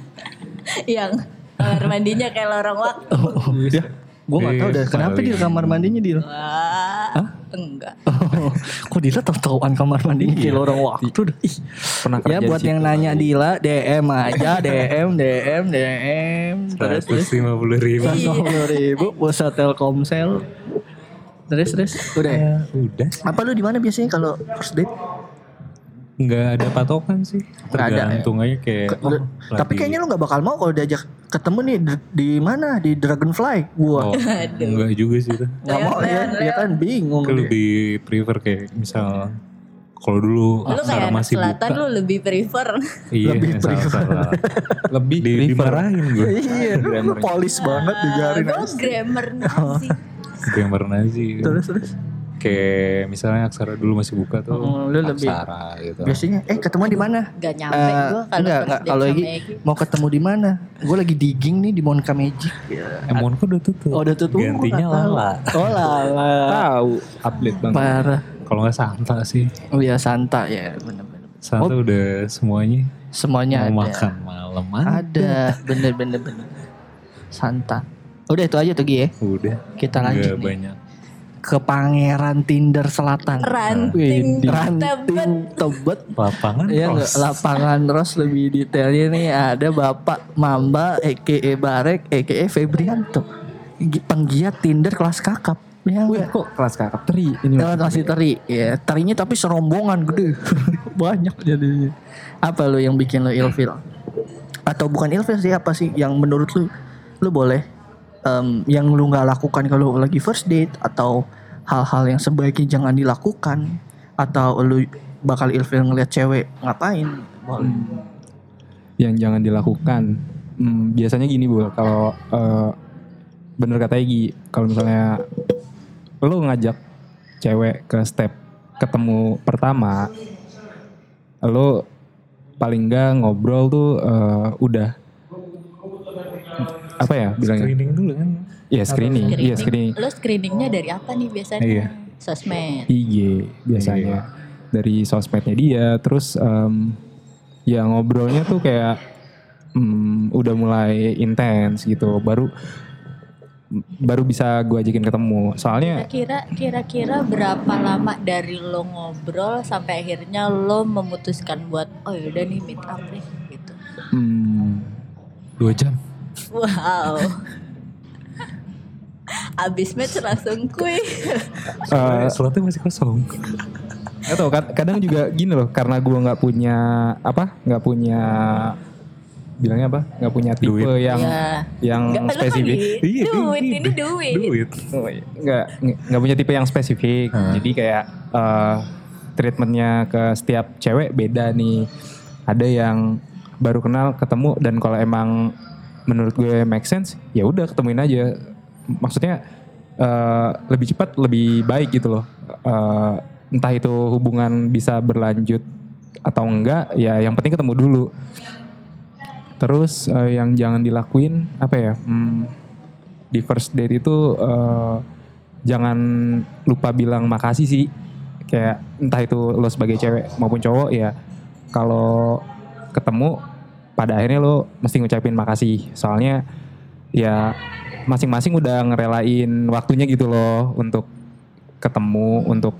Yang kamar mandinya kayak lorong waktu. Ya, gue gak tahu deh. Kenapa paling- di kamar mandinya Dil? Wah. Enggak. Kok Dila tahu-tahuan kamar mandinya kayak lorong waktu dah. Ih. Pernah kerja Ya di buat situ. yang nanya Dila DM aja. DM. Terus 150.000. 150.000 pulsa Telkomsel. Terus udah ya? Udah sih. Apa lu di mana biasanya kalau first date? Nggak ada patokan sih. Nggak ada, Tergantung aja kayak. Tapi kayaknya lu gak bakal mau kalau diajak ketemu nih di mana? Di Dragonfly. Gua Enggak juga sih itu. nggak mau ya. Dia kan bingung. Aku dia. lebih prefer kayak misal kalau dulu Lu kayak Aksara anak masih selatan buka. lu lebih prefer. Iya, lebih salah. Lebih Dimarahin gue. Iya, lu polis banget digarin. Gue grammar nasi. Grammar Nazi. Terus. Kayak misalnya Aksara dulu masih buka tuh. Lu lebih- Aksara gitu. Biasanya ketemu di mana? Gak nyampe gue kalau enggak, first date kalau sama Egi Egi. mau ketemu di mana? Gue lagi digging nih di Monka Magic. Monko udah tutup. Oh, udah tutup. Gantinya Nggak tahu. Lala. Oh Lala. Tahu update banget. Parah. Kalau nggak Santa sih. Oh iya Santa ya bener-bener. Santa udah semuanya Semuanya mau ada. makan malam Ada bener. Santa. Udah itu aja tuh Gi ya. Udah. Kita lanjut Nggak nih. banyak. Ke Pangeran Tinder Selatan. Ranting Ranting Tebet. Lapangan Ya Ros. nggak, lapangan Ros lebih detailnya nih ada Bapak Mamba EKE Barek EKE Febrianto, penggiat Tinder kelas kakap. Ya Wih nggak? kok kelas kakap teri ini. Masih teri, ya terinya tapi serombongan gede, banyak jadinya. Apa lo yang bikin lo ilfil? Atau bukan ilfil sih, apa sih yang menurut lu boleh yang lu nggak lakukan kalau lagi first date, atau hal-hal yang sebaiknya jangan dilakukan, atau lu bakal ilfil ngeliat cewek ngapain? Boleh. Yang jangan dilakukan. Biasanya gini Bu, kalau bener kata Egi, kalau misalnya lo ngajak cewek ke step ketemu pertama, lo paling enggak ngobrol tuh udah apa ya bilangnya? Screening dulu kan. Iya screening, iya screening. Lo screeningnya dari apa nih biasanya? Iya. Sosmed. IG biasanya dari sosmednya dia, terus ya ngobrolnya tuh kayak udah mulai intens gitu, baru bisa gue ajakin ketemu. Soalnya Kira-kira berapa lama dari lo ngobrol sampai akhirnya lo memutuskan buat oh yaudah nih meet up nih gitu. 2 jam. Wow. Abis match langsung kuy. Slotnya masih kosong. Gak tau, kadang juga gini loh, karena gue nggak punya bilangnya apa? Nggak punya tipe Duit. yang spesifik. Duit. Oh, nggak punya tipe yang spesifik. Jadi kayak treatmentnya ke setiap cewek beda nih. Ada yang baru kenal ketemu dan kalau emang menurut gue make sense, ya udah ketemuin aja. Maksudnya lebih cepat lebih baik gitu loh. Entah itu hubungan bisa berlanjut atau enggak, ya yang penting ketemu dulu. Terus yang jangan dilakuin apa ya? Di first date itu jangan lupa bilang makasih sih. Kayak entah itu lo sebagai cewek maupun cowok ya, kalau ketemu pada akhirnya lo mesti ngucapin makasih. Soalnya ya masing-masing udah ngerelain waktunya gitu loh untuk ketemu, untuk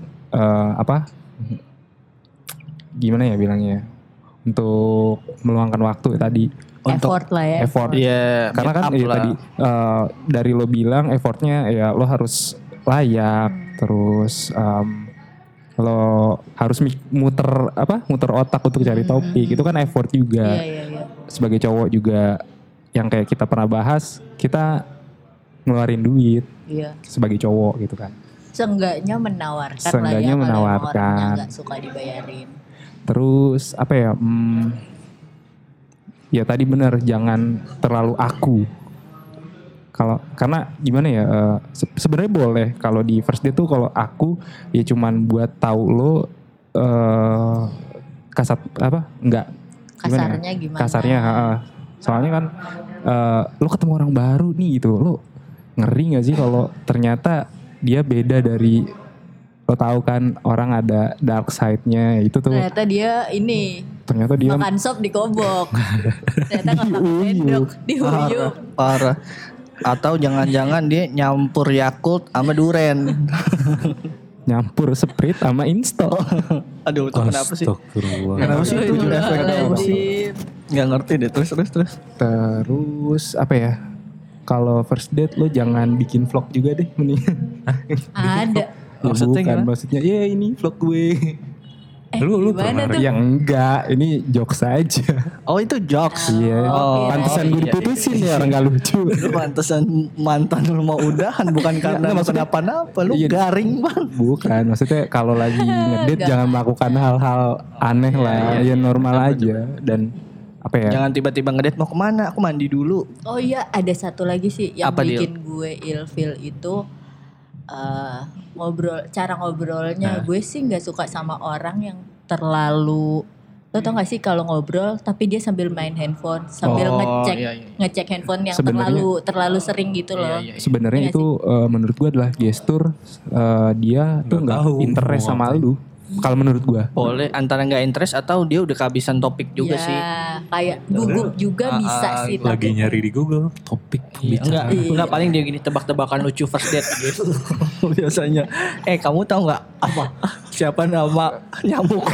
gimana ya bilangnya, untuk meluangkan waktu tadi. Effort lah ya. Effort. Iya, Karena kan tadi dari lo bilang effortnya ya lo harus layak, terus lo harus muter otak untuk cari topik. Itu kan effort juga. Iya. Sebagai cowok juga yang kayak kita pernah bahas, kita ngeluarin duit sebagai cowok gitu kan. Seenggaknya menawarkan Seenggaknya lah ya, menawarkan. kalau orangnya gak suka dibayarin. Terus apa ya? Ya tadi benar, jangan terlalu aku. Karena gimana ya? Sebenarnya boleh kalau di first date tuh kalau aku ya cuman buat tahu lo Kasarnya gimana? Kasarnya, soalnya kan lo ketemu orang baru nih gitu, lo ngeri nggak sih kalau ternyata dia beda dari lo tahu kan orang ada dark side-nya itu tuh. Ternyata dia makan sop di kobok. Ternyata nggak makan sendok di huyuk. Parah. Atau jangan-jangan dia nyampur Yakult sama duren. Nyampur Sprite sama Install. Aduh, itu kenapa sih? Astagfirullah. Kenapa sih itu juga efek apa? Astagfirullahaladzim. Nggak ngerti deh, terus. Terus apa ya? Kalau first date lo jangan bikin vlog juga deh mendingan. Ada. Maksudnya Bukan, gimana? maksudnya ya ini vlog gue. Lu Gimana tuh? Yang enggak, ini jokes aja. Oh, itu jokes. Iya. Oh, Pantesan gue iya. diputusin ya orang gak lucu. Lu pantesan mantan lu mau udahan bukan karena Enggak, maksudnya- kenapa-napa. Lu Iya. garing banget. Bukan, maksudnya kalau lagi ngedate jangan melakukan hal-hal aneh lah, ya normal aja. Dan apa ya? Jangan tiba-tiba ngedate mau kemana? Aku mandi dulu. Oh iya, ada satu lagi sih yang Apa, Dil? bikin gue ilfeel itu cara ngobrolnya. Gue sih nggak suka sama orang yang terlalu, lo tau gak sih kalau ngobrol tapi dia sambil main handphone, sambil ngecek handphone yang Sebenarnya- terlalu sering gitu loh. Sebenarnya Iya itu menurut gue adalah gestur dia tuh nggak tahu interest mau sama ngapain. lu. Kalau menurut gue. Boleh antara nggak interest atau dia udah kehabisan topik juga Ya, sih. kayak gugup juga bisa sih. Lagi tapi- nyari di Google topik Enggak, pembicaraan. enggak paling dia gini tebak-tebakan lucu first date gitu. Biasanya. Kamu tahu nggak apa? Siapa nama nyamuk?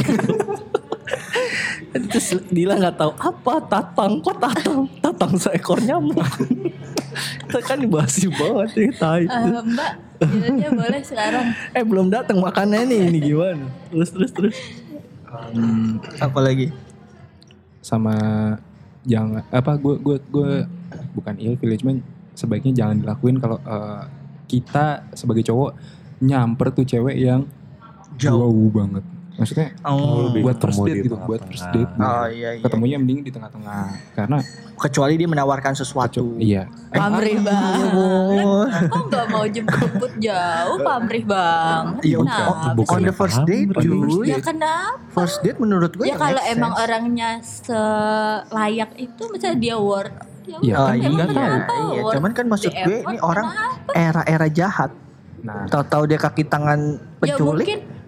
Terus Dila nggak tahu apa tatang, kok tatang seekor nyamuk. Itu kan dibahasi banget ya, tai. Mbak, bilangnya boleh sekarang. Belum datang makannya nih, ini gimana? Terus. Apa lagi? Sama jangan gue bukan ilfil, cuman sebaiknya jangan dilakuin kalau kita sebagai cowok nyamper tuh cewek yang jauh banget. Maksudnya buat first ketemu date di gitu, buat tengah-tengah. first date. Gitu. Oh iya. Ketemunya mending di tengah-tengah karena Kecuali dia menawarkan sesuatu. iya. Pamrih banget. Kok gak mau jemput jauh, pamrih banget. Iya, Kenapa bukan sih? on the first date, cuy. Ya kenapa? First date menurut gue Ya kalau emang orangnya selayak itu, misalnya dia worth. Iya, Oh kan iya, nggak tahu. iya. Cuman kan maksud The gue effort ini orang kenapa? era-era jahat. Nah, Tahu-tahu dia kaki tangan Ya penculik. mungkin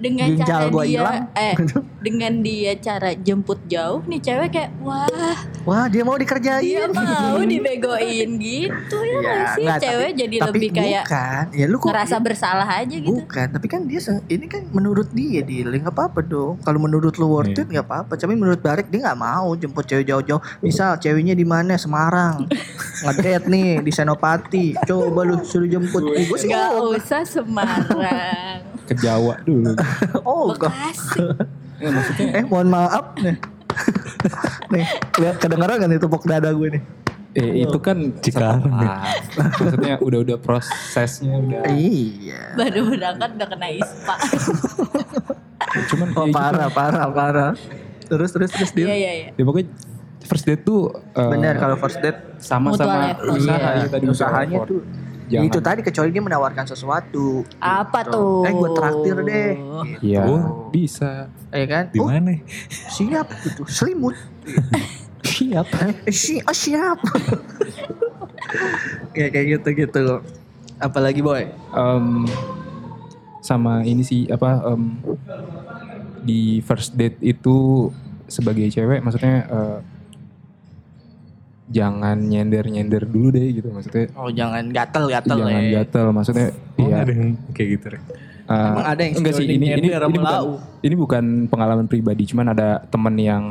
dengan ginjal cara gua dia hilang. dengan dia cara jemput jauh nih cewek kayak Wah dia mau dikerjain. dia mau dibegoin gitu ya nggak sih nggak, cewek jadi tapi lebih kayak bukan. Ya lu kok ngerasa bersalah aja gitu. bukan, tapi kan dia ini kan menurut dia nggak apa-apa dong. Kalau menurut lu worth it nggak apa-apa. Tapi menurut Barik dia nggak mau jemput cewek jauh-jauh. Misal ceweknya di mana? Semarang. Ngedate nih di Senopati. Coba lu suruh jemput. Gue sih Gak mau. usah Semarang, Ke Jawa dulu. Oh, Bekasi. Ya, maksudnya mohon maaf nih. Nih, lihat kedengeran kan itu tepuk dada gue nih. itu kan Cikarang setelah. Maksudnya udah prosesnya udah. Iya. Baru berangkat udah kena ispa. Cuman Oh, parah. Terus dia. Iya. ya pokoknya first date tuh Bener kalau first date sama-sama Mutual effort. usaha iya, ya tadi usahanya effort. tuh. Jangan- Itu tadi kecuali dia menawarkan sesuatu. Apa Gitu. tuh? Gue traktir deh. Iya, Oh. bisa. Ya kan? Di mana? Siap gitu. Selimut. Siap. Siap. Ya kayak gitu. Apalagi boy? Sama ini sih di first date itu sebagai cewek maksudnya jangan nyender dulu deh gitu maksudnya. Oh jangan gatel Jangan gatel maksudnya. Oh Iya. ada yang kayak gitu Rek. Emang ada yang enggak sih scrolling ini nyender sama lau? ini bukan pengalaman pribadi cuman ada temen yang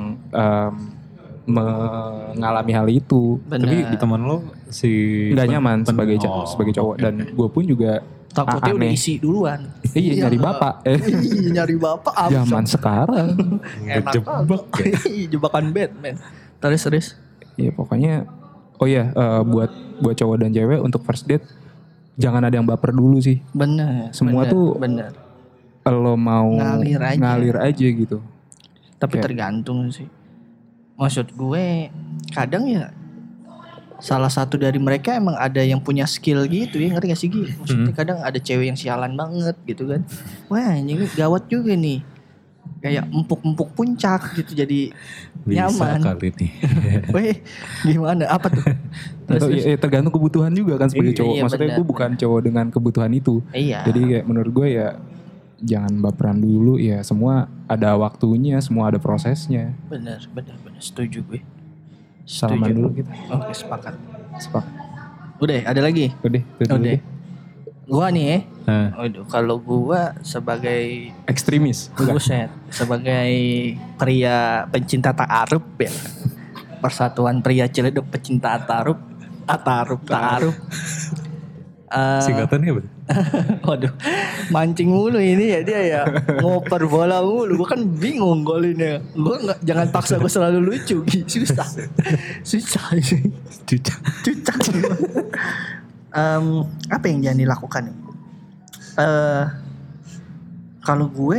mengalami hal itu. Bener. Tapi di teman lo si Nggak nyaman sebagai Oh, sebagai cowok dan gue pun juga Takutnya udah aneh. isi duluan. Iya nyari bapak. Iya nyari bapak. Zaman sekarang. ngejebak ya. Jebakan Batman. Terus. Ya pokoknya buat cowok dan cewek untuk first date jangan ada yang baper dulu sih. Bener. Semua tuh bener. Lo mau Ngalir aja. gitu. Tapi Kayak- tergantung sih. Maksud gue kadang ya salah satu dari mereka emang ada yang punya skill gitu ya, ngerti gak sih Gi? Maksudnya kadang ada cewek yang sialan banget gitu kan. Wah ini gawat juga nih. Kayak empuk-empuk puncak gitu jadi Bisa nyaman. kali nih. Weh gimana? Apa tuh? Atau ya tergantung kebutuhan juga kan sebagai cowok. Iya, Maksudnya benar, gue bukan cowok dengan kebutuhan itu. Iya. Jadi kayak menurut gue ya jangan baperan dulu ya. Semua ada waktunya, semua ada prosesnya. Bener. Setuju gue. Salaman Setuju. dulu kita. Oke sepakat. Sepak. Udah ada lagi? Udah, itu dulu Udah. deh. Gua nih ya. Nah, Waduh, kalau gua sebagai Ekstremis. buset, sebagai pria pencinta ta'aruf ya. Persatuan pria Ciledug pecinta ta'aruf. singkatannya apa? Waduh, mancing mulu ini ya dia ya. Ngoper bola mulu. Gua kan bingung golinnya. Gua nggak, jangan paksa gua selalu lucu. Gi. Susah. Cucak. Apa yang jangan dilakukan nih? Kalau gue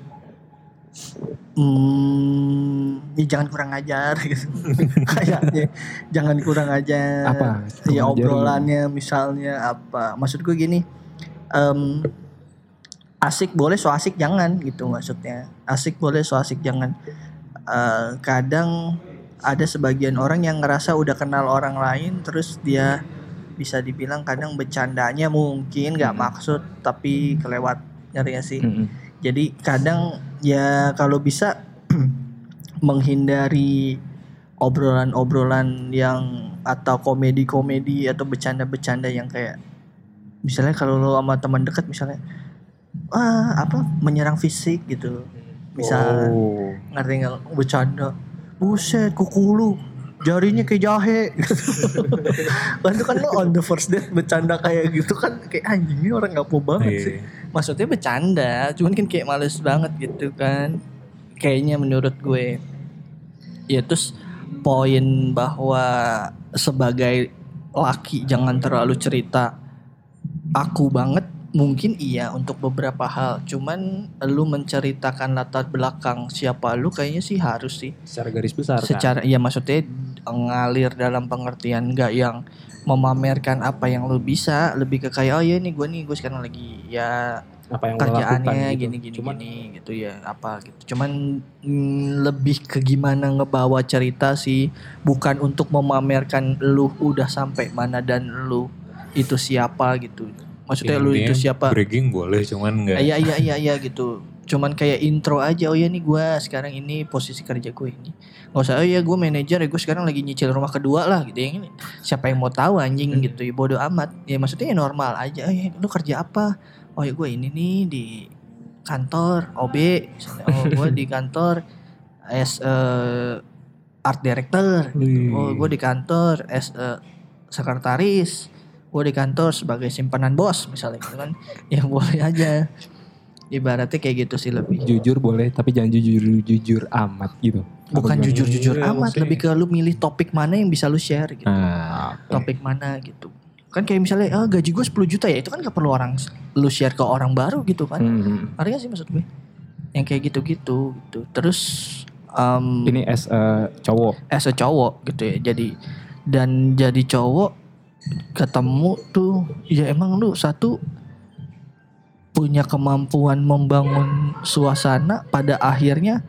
ya jangan kurang ajar gitu. Kayaknya jangan kurang ajar. Apa? Ya Kurang ajar obrolannya misalnya apa? Maksud gue gini, asik boleh, so asik jangan gitu maksudnya. Asik boleh, so asik jangan. Kadang ada sebagian orang yang ngerasa udah kenal orang lain, terus dia bisa dibilang kadang bercandanya mungkin nggak maksud tapi kelewat, ngerti gak sih? Jadi kadang ya kalau bisa menghindari obrolan-obrolan yang atau komedi-komedi atau bercanda-bercanda yang kayak misalnya kalau lo sama teman dekat misalnya menyerang fisik gitu. Misal ngerti nggak, bercanda, buset kuku lu jarinya kayak jahe. Itu kan lo on the first date bercanda kayak gitu kan kayak anjing ini orang nggak mau banget sih. Maksudnya bercanda, cuman kan kayak males banget gitu kan. Kayaknya menurut gue. Ya terus poin bahwa sebagai laki jangan terlalu cerita aku banget. Mungkin iya untuk beberapa hal. Cuman lu menceritakan latar belakang siapa lu kayaknya sih harus sih. Secara garis besar Secara ya maksudnya ngalir dalam pengertian, nggak yang memamerkan apa yang lu bisa, lebih ke kayak oh ya nih gue sekarang lagi ya apa yang lo lakukan kerjaannya gitu. gini gitu ya apa gitu. Cuman lebih ke gimana ngebawa cerita sih, bukan untuk memamerkan lu udah sampai mana dan lu itu siapa gitu. Maksudnya lu itu siapa? Bragging boleh cuman enggak. Iya gitu. cuman kayak intro aja. Oh ya nih gue sekarang ini posisi kerja gue ini. Gak usah oh ya gue manajer ya gue sekarang lagi nyicil rumah kedua lah gitu ya. Siapa yang mau tahu anjing gitu ya, bodo amat. Ya maksudnya ya normal aja. Oh ya lu kerja apa? Oh ya gue ini nih di kantor OB misalnya. Oh gue di kantor as art director gitu. Oh gue di kantor as sekretaris. Gue di kantor sebagai simpanan bos misalnya gitu kan. Ya boleh aja. Ibaratnya kayak gitu sih lebih. Jujur boleh tapi jangan jujur amat gitu. Bukan jujur-jujur Iya, amat, maksudnya. lebih ke lu milih topik mana yang bisa lu share gitu. Topik mana gitu. Kan kayak misalnya gaji gue 10 juta ya, itu kan gak perlu orang lu share ke orang baru gitu kan. Ngerti gak sih maksud gue? Yang kayak gitu-gitu gitu. Terus Ini as a cowok. as a cowok gitu ya. Jadi cowok ketemu tuh ya emang lu satu punya kemampuan membangun suasana pada akhirnya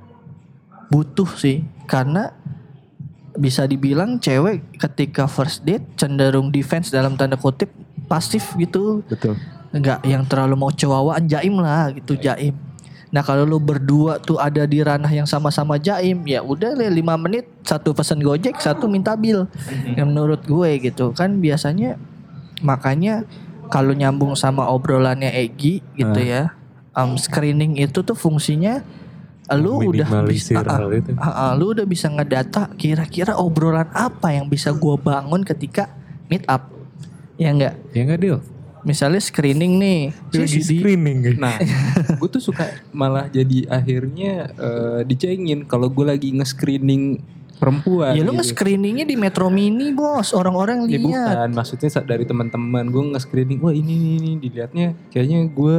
butuh sih, karena bisa dibilang cewek ketika first date cenderung defense dalam tanda kutip, pasif gitu, Betul. nggak yang terlalu mau cowawaan, jaim lah gitu, jaim. Nah kalau lu berdua tuh ada di ranah yang sama-sama jaim, ya udah 5 menit satu pesan Gojek, satu minta bill. Yang menurut gue gitu kan biasanya, makanya kalau nyambung sama obrolannya Egi gitu ya, screening itu tuh fungsinya lu udah Minimalisir bisa, hal itu. lu udah bisa ngedata kira-kira obrolan apa yang bisa gue bangun ketika meet up, ya enggak? Ya nggak Dil? Misalnya screening nih, Lagi screening kan. Nah, gue tuh suka malah jadi akhirnya dicengin kalau gue lagi nge-screening perempuan. ya lu gitu. nge-screeningnya di Metro Mini bos, orang-orang Ya lihat. bukan, maksudnya dari teman-teman gue nge-screening, wah ini dilihatnya kayaknya gue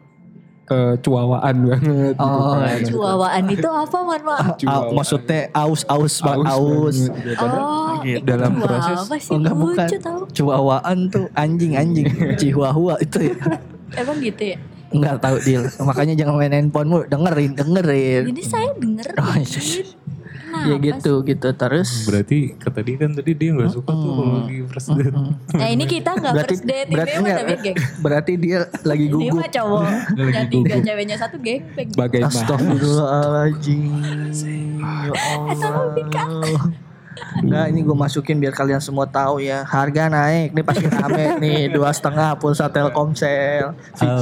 cuawaan banget. Oh, gitu kan. Cuawaan itu apa mohon maaf? Cuawaan. Maksudnya aus banget. banget. Padahal Oh, gitu. itu Dalam cuawa proses- apa sih? Oh, enggak, bukan. Lucu tau. Cuawaan tuh anjing Chihuahua itu ya. Emang gitu ya? Enggak tahu Dil. Makanya jangan main handphone mu, dengerin. Jadi saya denger. Oh, iya. Ya gitu terus. Berarti kata dia kan tadi dia nggak suka tuh kalau lagi first date. Nah ini kita gak first date, ini mah enggak, namanya geng. berarti dia lagi Ini gugup. mah cowok. Lagi Yang 3 gugup. ceweknya 1 geng. Bagaimana? Astagfirullahaladzim. Ya Allah. Enggak, ini gue masukin biar kalian semua tahu ya. Harga naik, ini pasti rame nih. 2,5 pulsa Telkomsel,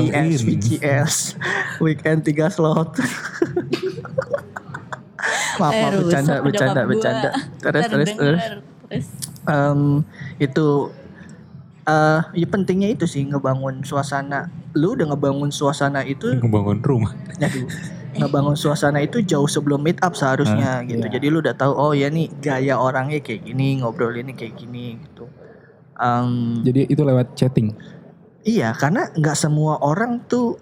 VCS, weekend 3 slot. Maaf, bercanda. Terus. Itu ya pentingnya itu sih ngebangun suasana. Lu udah ngebangun suasana itu, Ngebangun rumah. ngebangun suasana itu jauh sebelum meet up seharusnya gitu. Jadi lu udah tahu oh ya nih gaya orangnya kayak gini, ngobrolinnya kayak gini gitu. Jadi itu lewat chatting. Iya, karena nggak semua orang tuh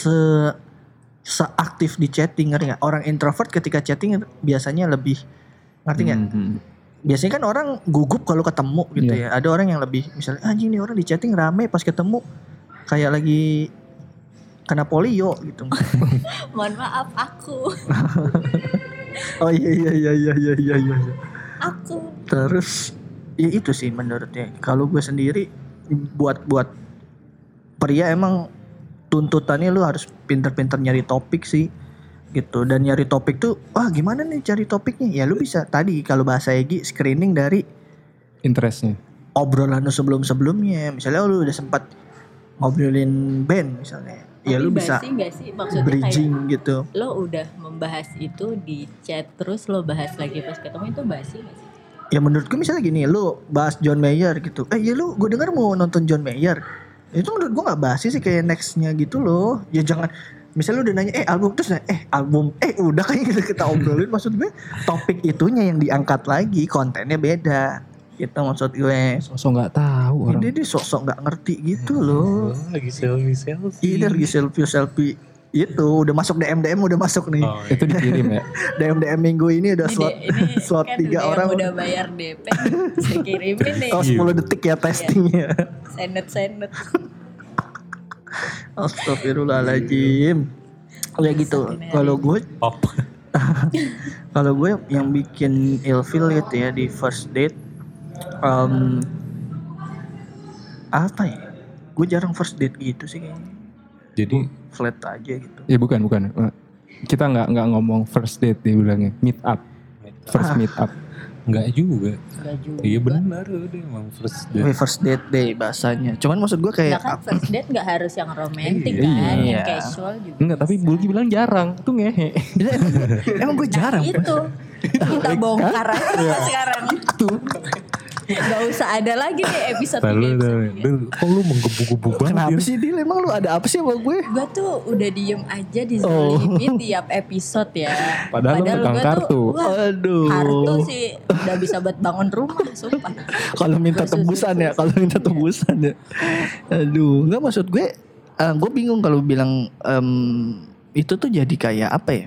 seaktif di chatting, ngerti nggak? Orang introvert ketika chatting biasanya lebih, ngerti nggak? Biasanya kan orang gugup kalau ketemu gitu ya. Ada orang yang lebih misalnya anjing nih orang di chatting rame, pas ketemu kayak lagi kena polio gitu. Mohon maaf aku. Oh iya. Aku. Terus ya itu sih menurutnya. Kalau gue sendiri buat pria emang tuntutannya lu harus pinter-pinter nyari topik sih gitu. Dan nyari topik tuh gimana nih cari topiknya? Ya lu bisa tadi kalau bahasa Egi screening dari Interestnya. obrolan lu sebelum-sebelumnya. Misalnya lu udah sempat ngobrolin band misalnya. Ya lu bisa basi gak sih? Maksudnya bridging kayak gitu. lo udah membahas itu di chat terus lo bahas lagi pas ketemu, itu basi gak sih? Ya menurut gue misalnya gini, lu bahas John Mayer gitu. Ya lu gue dengar mau nonton John Mayer. Itu menurut gue gak basi sih, kayak nextnya gitu loh. Ya jangan, misalnya lu udah nanya album, terus album, udah kayak gitu kita obrolin. Maksud gue topik itunya yang diangkat lagi, kontennya beda. Gitu maksud gue. Sosok nggak tahu orang. Ini dia sosok gak ngerti gitu loh. Lagi selfie. Ini lagi selfie. Itu udah masuk DM udah masuk nih. Oh, iya. Itu dikirim ya. DM minggu ini udah Ini slot kan 3 orang. udah bayar DP. Saya kirimin nih. Oh 10 detik ya testingnya. Senet. Astagfirullahaladzim. Ya gitu. Kalau gue Pop. Kalau gue yang bikin ilfeel gitu ya di first date, apa ya? Gue jarang first date gitu sih kayaknya. Jadi flat aja gitu. Ya bukan. Kita nggak ngomong first date dia bilangnya, meet up. First meet up. enggak juga. Enggak juga. Iya benar udah emang first date. First date deh bahasanya. Cuman maksud gue Nah kayak kan first date gak harus yang romantis Iya. kan, yang Iya. casual juga. Enggak, tapi Bulgi bilang jarang. Itu ngehe. emang gue jarang. Nah, itu kita bongkar aja sekarang. Gak usah ada lagi deh episode Lalu ini. kok lu menggebu-gebu banget Kenapa ya? sih Dil? Emang lu ada apa sih sama gue? Gue tuh udah diem aja dizalimin tiap episode ya. Padahal lu pegang gua kartu. wah, Aduh. kartu sih udah bisa buat bangun rumah, sumpah. Kalau minta Gua tebusan ya, kalau minta tebusan ya. Aduh, nggak maksud gue bingung kalau bilang itu tuh jadi kayak apa ya?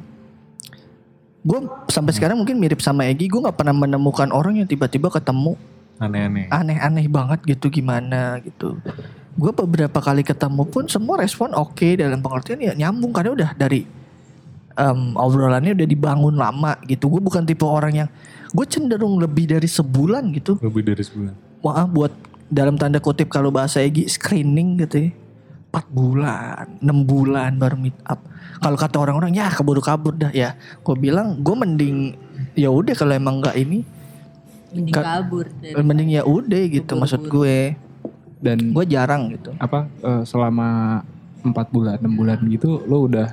Gue sampai sekarang mungkin mirip sama Egi, gue nggak pernah menemukan orang yang tiba-tiba ketemu Aneh-aneh. aneh-aneh banget gitu gimana gitu. Gue beberapa kali ketemu pun semua respon oke dalam pengertian ya nyambung karena udah dari obrolannya udah dibangun lama gitu. Gue bukan tipe orang yang gue cenderung lebih dari sebulan gitu. Lebih dari sebulan. Wah buat dalam tanda kutip kalau bahasa Egi screening gitu ya. 4 bulan, 6 bulan baru meet up. Kalau kata orang-orang ya kabur-kabur dah ya. Gue bilang gue mending ya udah kalau emang nggak ini Mending kabur dari mending ya udah gitu maksud gue. Dan Gue jarang gitu. selama 4 bulan 6 bulan gitu lo udah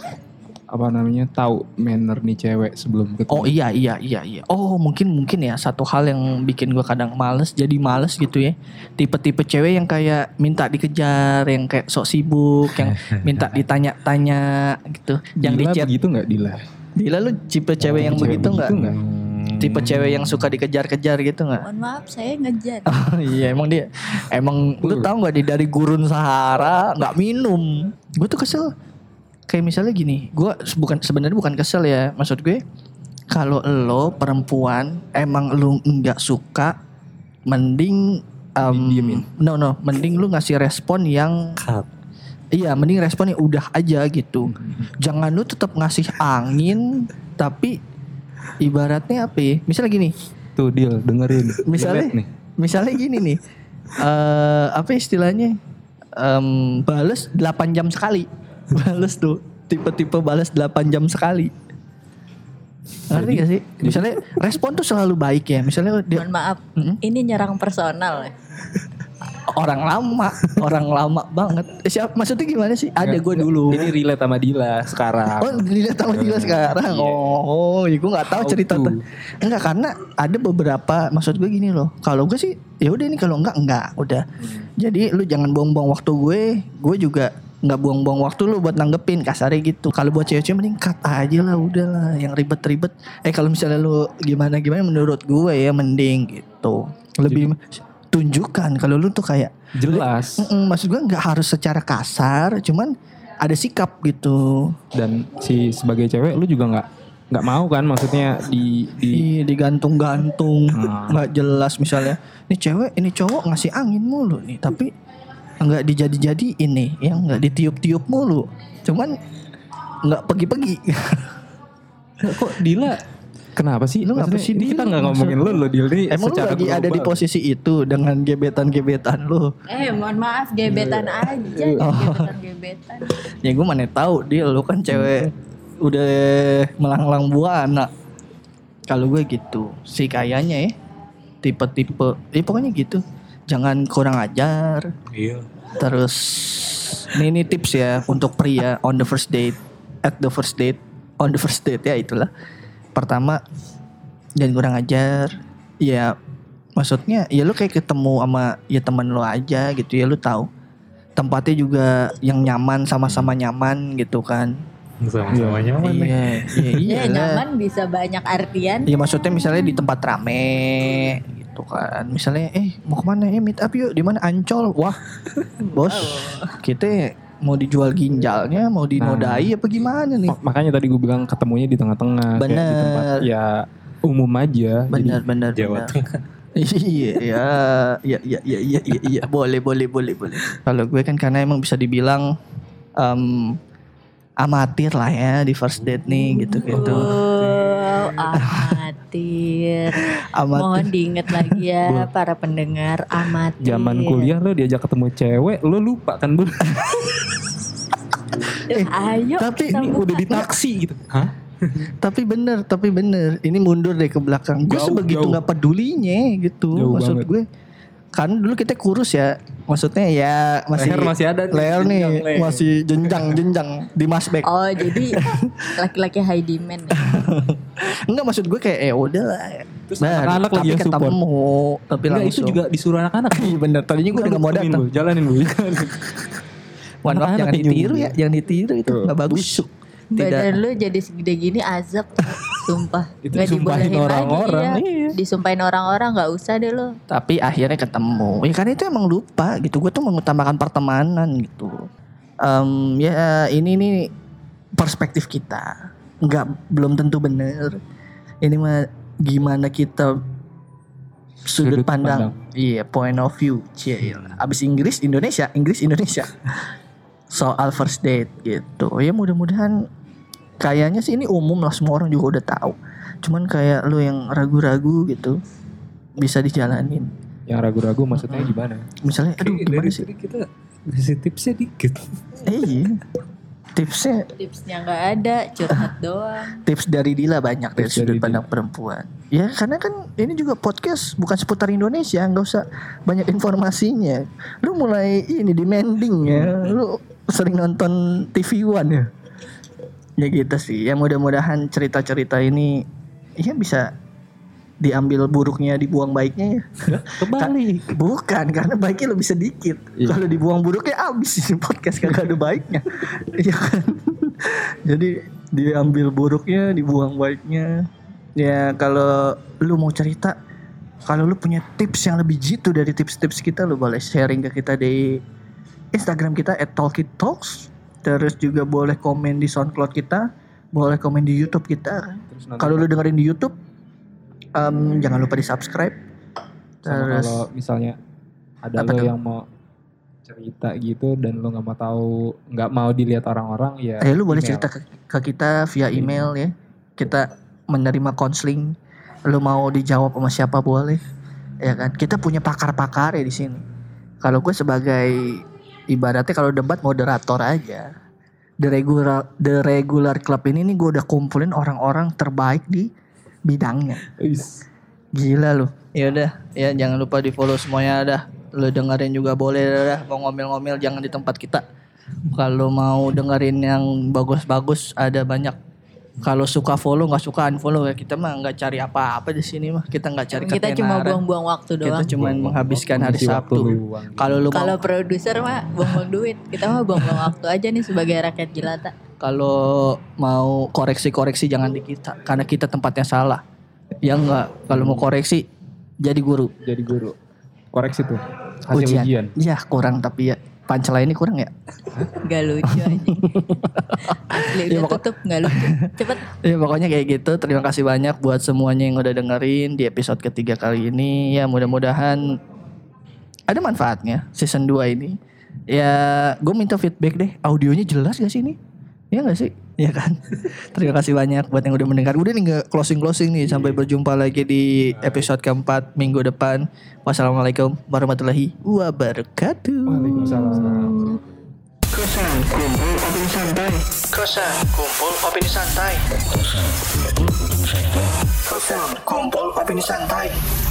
tahu manner nih cewek sebelum ketemu. Oh iya. Oh mungkin ya satu hal yang bikin gue kadang males gitu ya. Tipe-tipe cewek yang kayak minta dikejar, yang kayak sok sibuk, yang minta ditanya-tanya gitu. Yang di Dila chat. begitu nggak Dila? Dila lu tipe cewek yang Cewek begitu nggak? Tipe Hmm. cewek yang suka dikejar-kejar gitu nggak? Mohon maaf saya ngejar. Oh, iya emang lu tahu nggak dari gurun Sahara nggak minum. Gue tuh kesel. Kayak misalnya gini, gue sebenarnya bukan kesel ya, maksud gue kalau lo perempuan emang lu nggak suka, mending Didiemin. mending lu ngasih respon yang Cut. iya, mending respon yang udah aja gitu. Jangan lu tetap ngasih angin, tapi ibaratnya apa ya? Misalnya gini, Tuh Dil, dengerin. misalnya Relate nih. misalnya gini nih, apa istilahnya? Bales 8 jam sekali. Bales tuh tipe-tipe balas 8 jam sekali. Ngerti gak sih? Misalnya respon tuh selalu baik ya. Misalnya dia Mohon maaf, ini nyerang personal ya. orang lama banget. Maksudnya gimana sih? Ada gue dulu. Ini relate sama Dila sekarang. Oh, dilihat sama dia sekarang. Oh, ya gue nggak tahu cerita tuh. Enggak, karena ada beberapa, maksud gue gini loh. Kalau gue sih ya udah nih, kalau enggak udah. Jadi lu jangan buang-buang waktu gue juga nggak buang-buang waktu lu buat nanggepin, kasarnya gitu. Kalau buat cewek-cewek mending cut aja lah, udahlah yang ribet-ribet. Kalau misalnya lu gimana menurut gue ya mending gitu. Lebih tunjukkan kalau lu tuh kayak Jelas. maksud gue nggak harus secara kasar, cuman ada sikap gitu. Dan sebagai cewek lu juga nggak mau kan, maksudnya digantung-gantung nggak jelas. Misalnya ini cewek ini cowok ngasih angin mulu nih, tapi nggak dijadi-jadiin nih, yang nggak ditiup-tiup mulu, cuman nggak pergi-pergi. Kok Dila kenapa sih? Lu ngapa Maksudnya sih, ini Dil? kita nggak ngomongin lu Dil, ini Emang lu secara lagi ada di global. posisi itu dengan gebetan-gebetan lu? Mohon maaf, gebetan aja, gebetan. Ya gue mana tahu dia, lu kan cewek udah melanglang buana. Kalau gue gitu sih kayaknya ya, tipe-tipe, pokoknya gitu. Jangan kurang ajar. Iya. Terus ini tips ya untuk pria on the first date, on the first date ya itulah. Pertama, jangan kurang ajar. Ya maksudnya ya lu kayak ketemu sama ya teman lu aja gitu ya, lu tahu tempatnya juga yang nyaman, sama-sama nyaman gitu kan. Sama-sama nyaman nih. Iya. Ya nyaman bisa banyak artian. Ya maksudnya misalnya di tempat rame gitu kan. Misalnya mau kemana meet up yuk, di mana? Ancol. Wah bos, kita mau dijual ginjalnya, mau dinodai apa gimana nih? Makanya tadi gue bilang ketemunya di tengah-tengah, kayak di tempat Bener. ya umum aja. Benar. Jawa Tengah. Iya. Boleh. Kalau gue kan karena emang bisa dibilang amatir lah ya di first date nih gitu. Amatir. Amatir. Mohon diingat lagi ya para pendengar, amatir. Zaman kuliah lo diajak ketemu cewek, lo lupa kan Bun? Ayo. Tapi kita ini buka. Udah di taksi gitu. Hah? Tapi bener. Ini mundur deh ke belakang. Gue Jauh, sebegitu jauh. nggak pedulinya gitu. Jauh Maksud banget. gue. Kan dulu kita kurus ya. Maksudnya ya masih. Leher masih ada nih, Leher nih jenjang leher. masih jenjang di masbek. Oh jadi laki-laki high demand ya? Enggak maksud gue kayak udah lah. Terus Nah, anak-anak tapi lagi yang support. ketemu. Tapi Enggak, itu langsung. juga disuruh anak-anak. Iya bener. Tadinya gue udah gak mau Temenin, datang. Bu. Jalanin Bu. Mohon maaf Anak-anak jangan yang ditiru nyumbang. ya. Jangan ditiru itu Tuh, gak bagus. busuk. Badan lu jadi segede gini azab. Sumpah. Itu Gak disumpahin dibolehin orang-orang, lagi ya. iya. Disumpahin orang-orang gak usah deh lo. Tapi akhirnya ketemu. Ya kan itu emang lupa gitu. Gue tuh mengutamakan pertemanan gitu. Ya ini nih perspektif kita. Belum tentu bener. Ini mah gimana kita sudut pandang. Iya, point of view. Cielah. Abis Inggris Indonesia. Soal first date gitu. Ya mudah-mudahan kayaknya sih ini umum lah, semua orang juga udah tahu. Cuman kayak lu yang ragu-ragu gitu bisa dijalanin. Yang ragu-ragu maksudnya gimana? Misalnya aduh gimana Dari sih? tadi kita kasih tipsnya dikit. Iya. Tipsnya gak ada, curhat doang. Tips dari Dila banyak dari Tips dari sudut pandang perempuan. Ya karena kan ini juga podcast bukan seputar Indonesia, nggak usah banyak informasinya. Lu mulai ini demanding ya. Lu sering nonton TV One ya. Ya gitu sih. Ya mudah-mudahan cerita-cerita ini ya bisa diambil buruknya, dibuang baiknya ya. Kebalik. Bukan, karena baiknya lebih sedikit. Iya. Kalau dibuang buruknya abis ini podcast kagak ada baiknya. Iya kan? Jadi diambil buruknya, dibuang baiknya. Ya kalau lu mau cerita, kalau lu punya tips yang lebih jitu dari tips-tips kita, lu boleh sharing ke kita di Instagram kita @talkitalks. Terus juga boleh komen di SoundCloud kita, boleh komen di YouTube kita. Kalau lu dengerin di YouTube, jangan lupa di subscribe. Sama kalau misalnya ada Apa lo tuh? yang mau cerita gitu dan lo nggak mau dilihat orang-orang ya. Lu boleh email. cerita ke kita via email ya. Kita menerima konseling. Lu mau dijawab sama siapa boleh. Ya kan? Kita punya pakar-pakar ya di sini. Kalau gue sebagai ibaratnya kalau debat moderator aja. The regular club ini nih gue udah kumpulin orang-orang terbaik di bidangnya. Gila lu. Ya udah, ya jangan lupa di-follow semuanya dah. Lu dengerin juga boleh dah. Mau ngomel-ngomel jangan di tempat kita. Kalau mau dengerin yang bagus-bagus ada banyak. Kalau suka follow, nggak suka unfollow ya. Kita mah nggak cari apa-apa di sini mah. Kita nggak cari Kita ketenaran. cuma buang-buang waktu Kita doang. cuma menghabiskan hari Mengisi waktu Sabtu. luang. Kalau lu Kalau mau, produser mah buang-buang duit. Kita mah buang-buang waktu aja nih sebagai rakyat jelata. kalau mau koreksi-koreksi jangan di kita, karena kita tempatnya salah. Ya enggak. Kalau mau koreksi jadi guru. Jadi guru. Koreksi tuh. Hasil ujian. Ya kurang tapi ya. Punchline ini kurang ya. Gak lucu aja. Asli Ya, udah tutup gak lucu. Cepet. Ya pokoknya kayak gitu. Terima kasih banyak buat semuanya yang udah dengerin di episode ketiga kali ini. Ya mudah-mudahan ada manfaatnya season 2 ini. Ya gue minta feedback deh. Audionya jelas gak sih ini? Iya gak sih? Iya kan? Terima kasih banyak buat yang udah mendengar. Udah nih gak closing-closing nih. Sampai berjumpa lagi di episode keempat minggu depan. Wassalamualaikum warahmatullahi wabarakatuh. Waalaikumsalam. Kosan kumpul opini santai. Kosan kumpul opini santai. Kosan kumpul opini santai.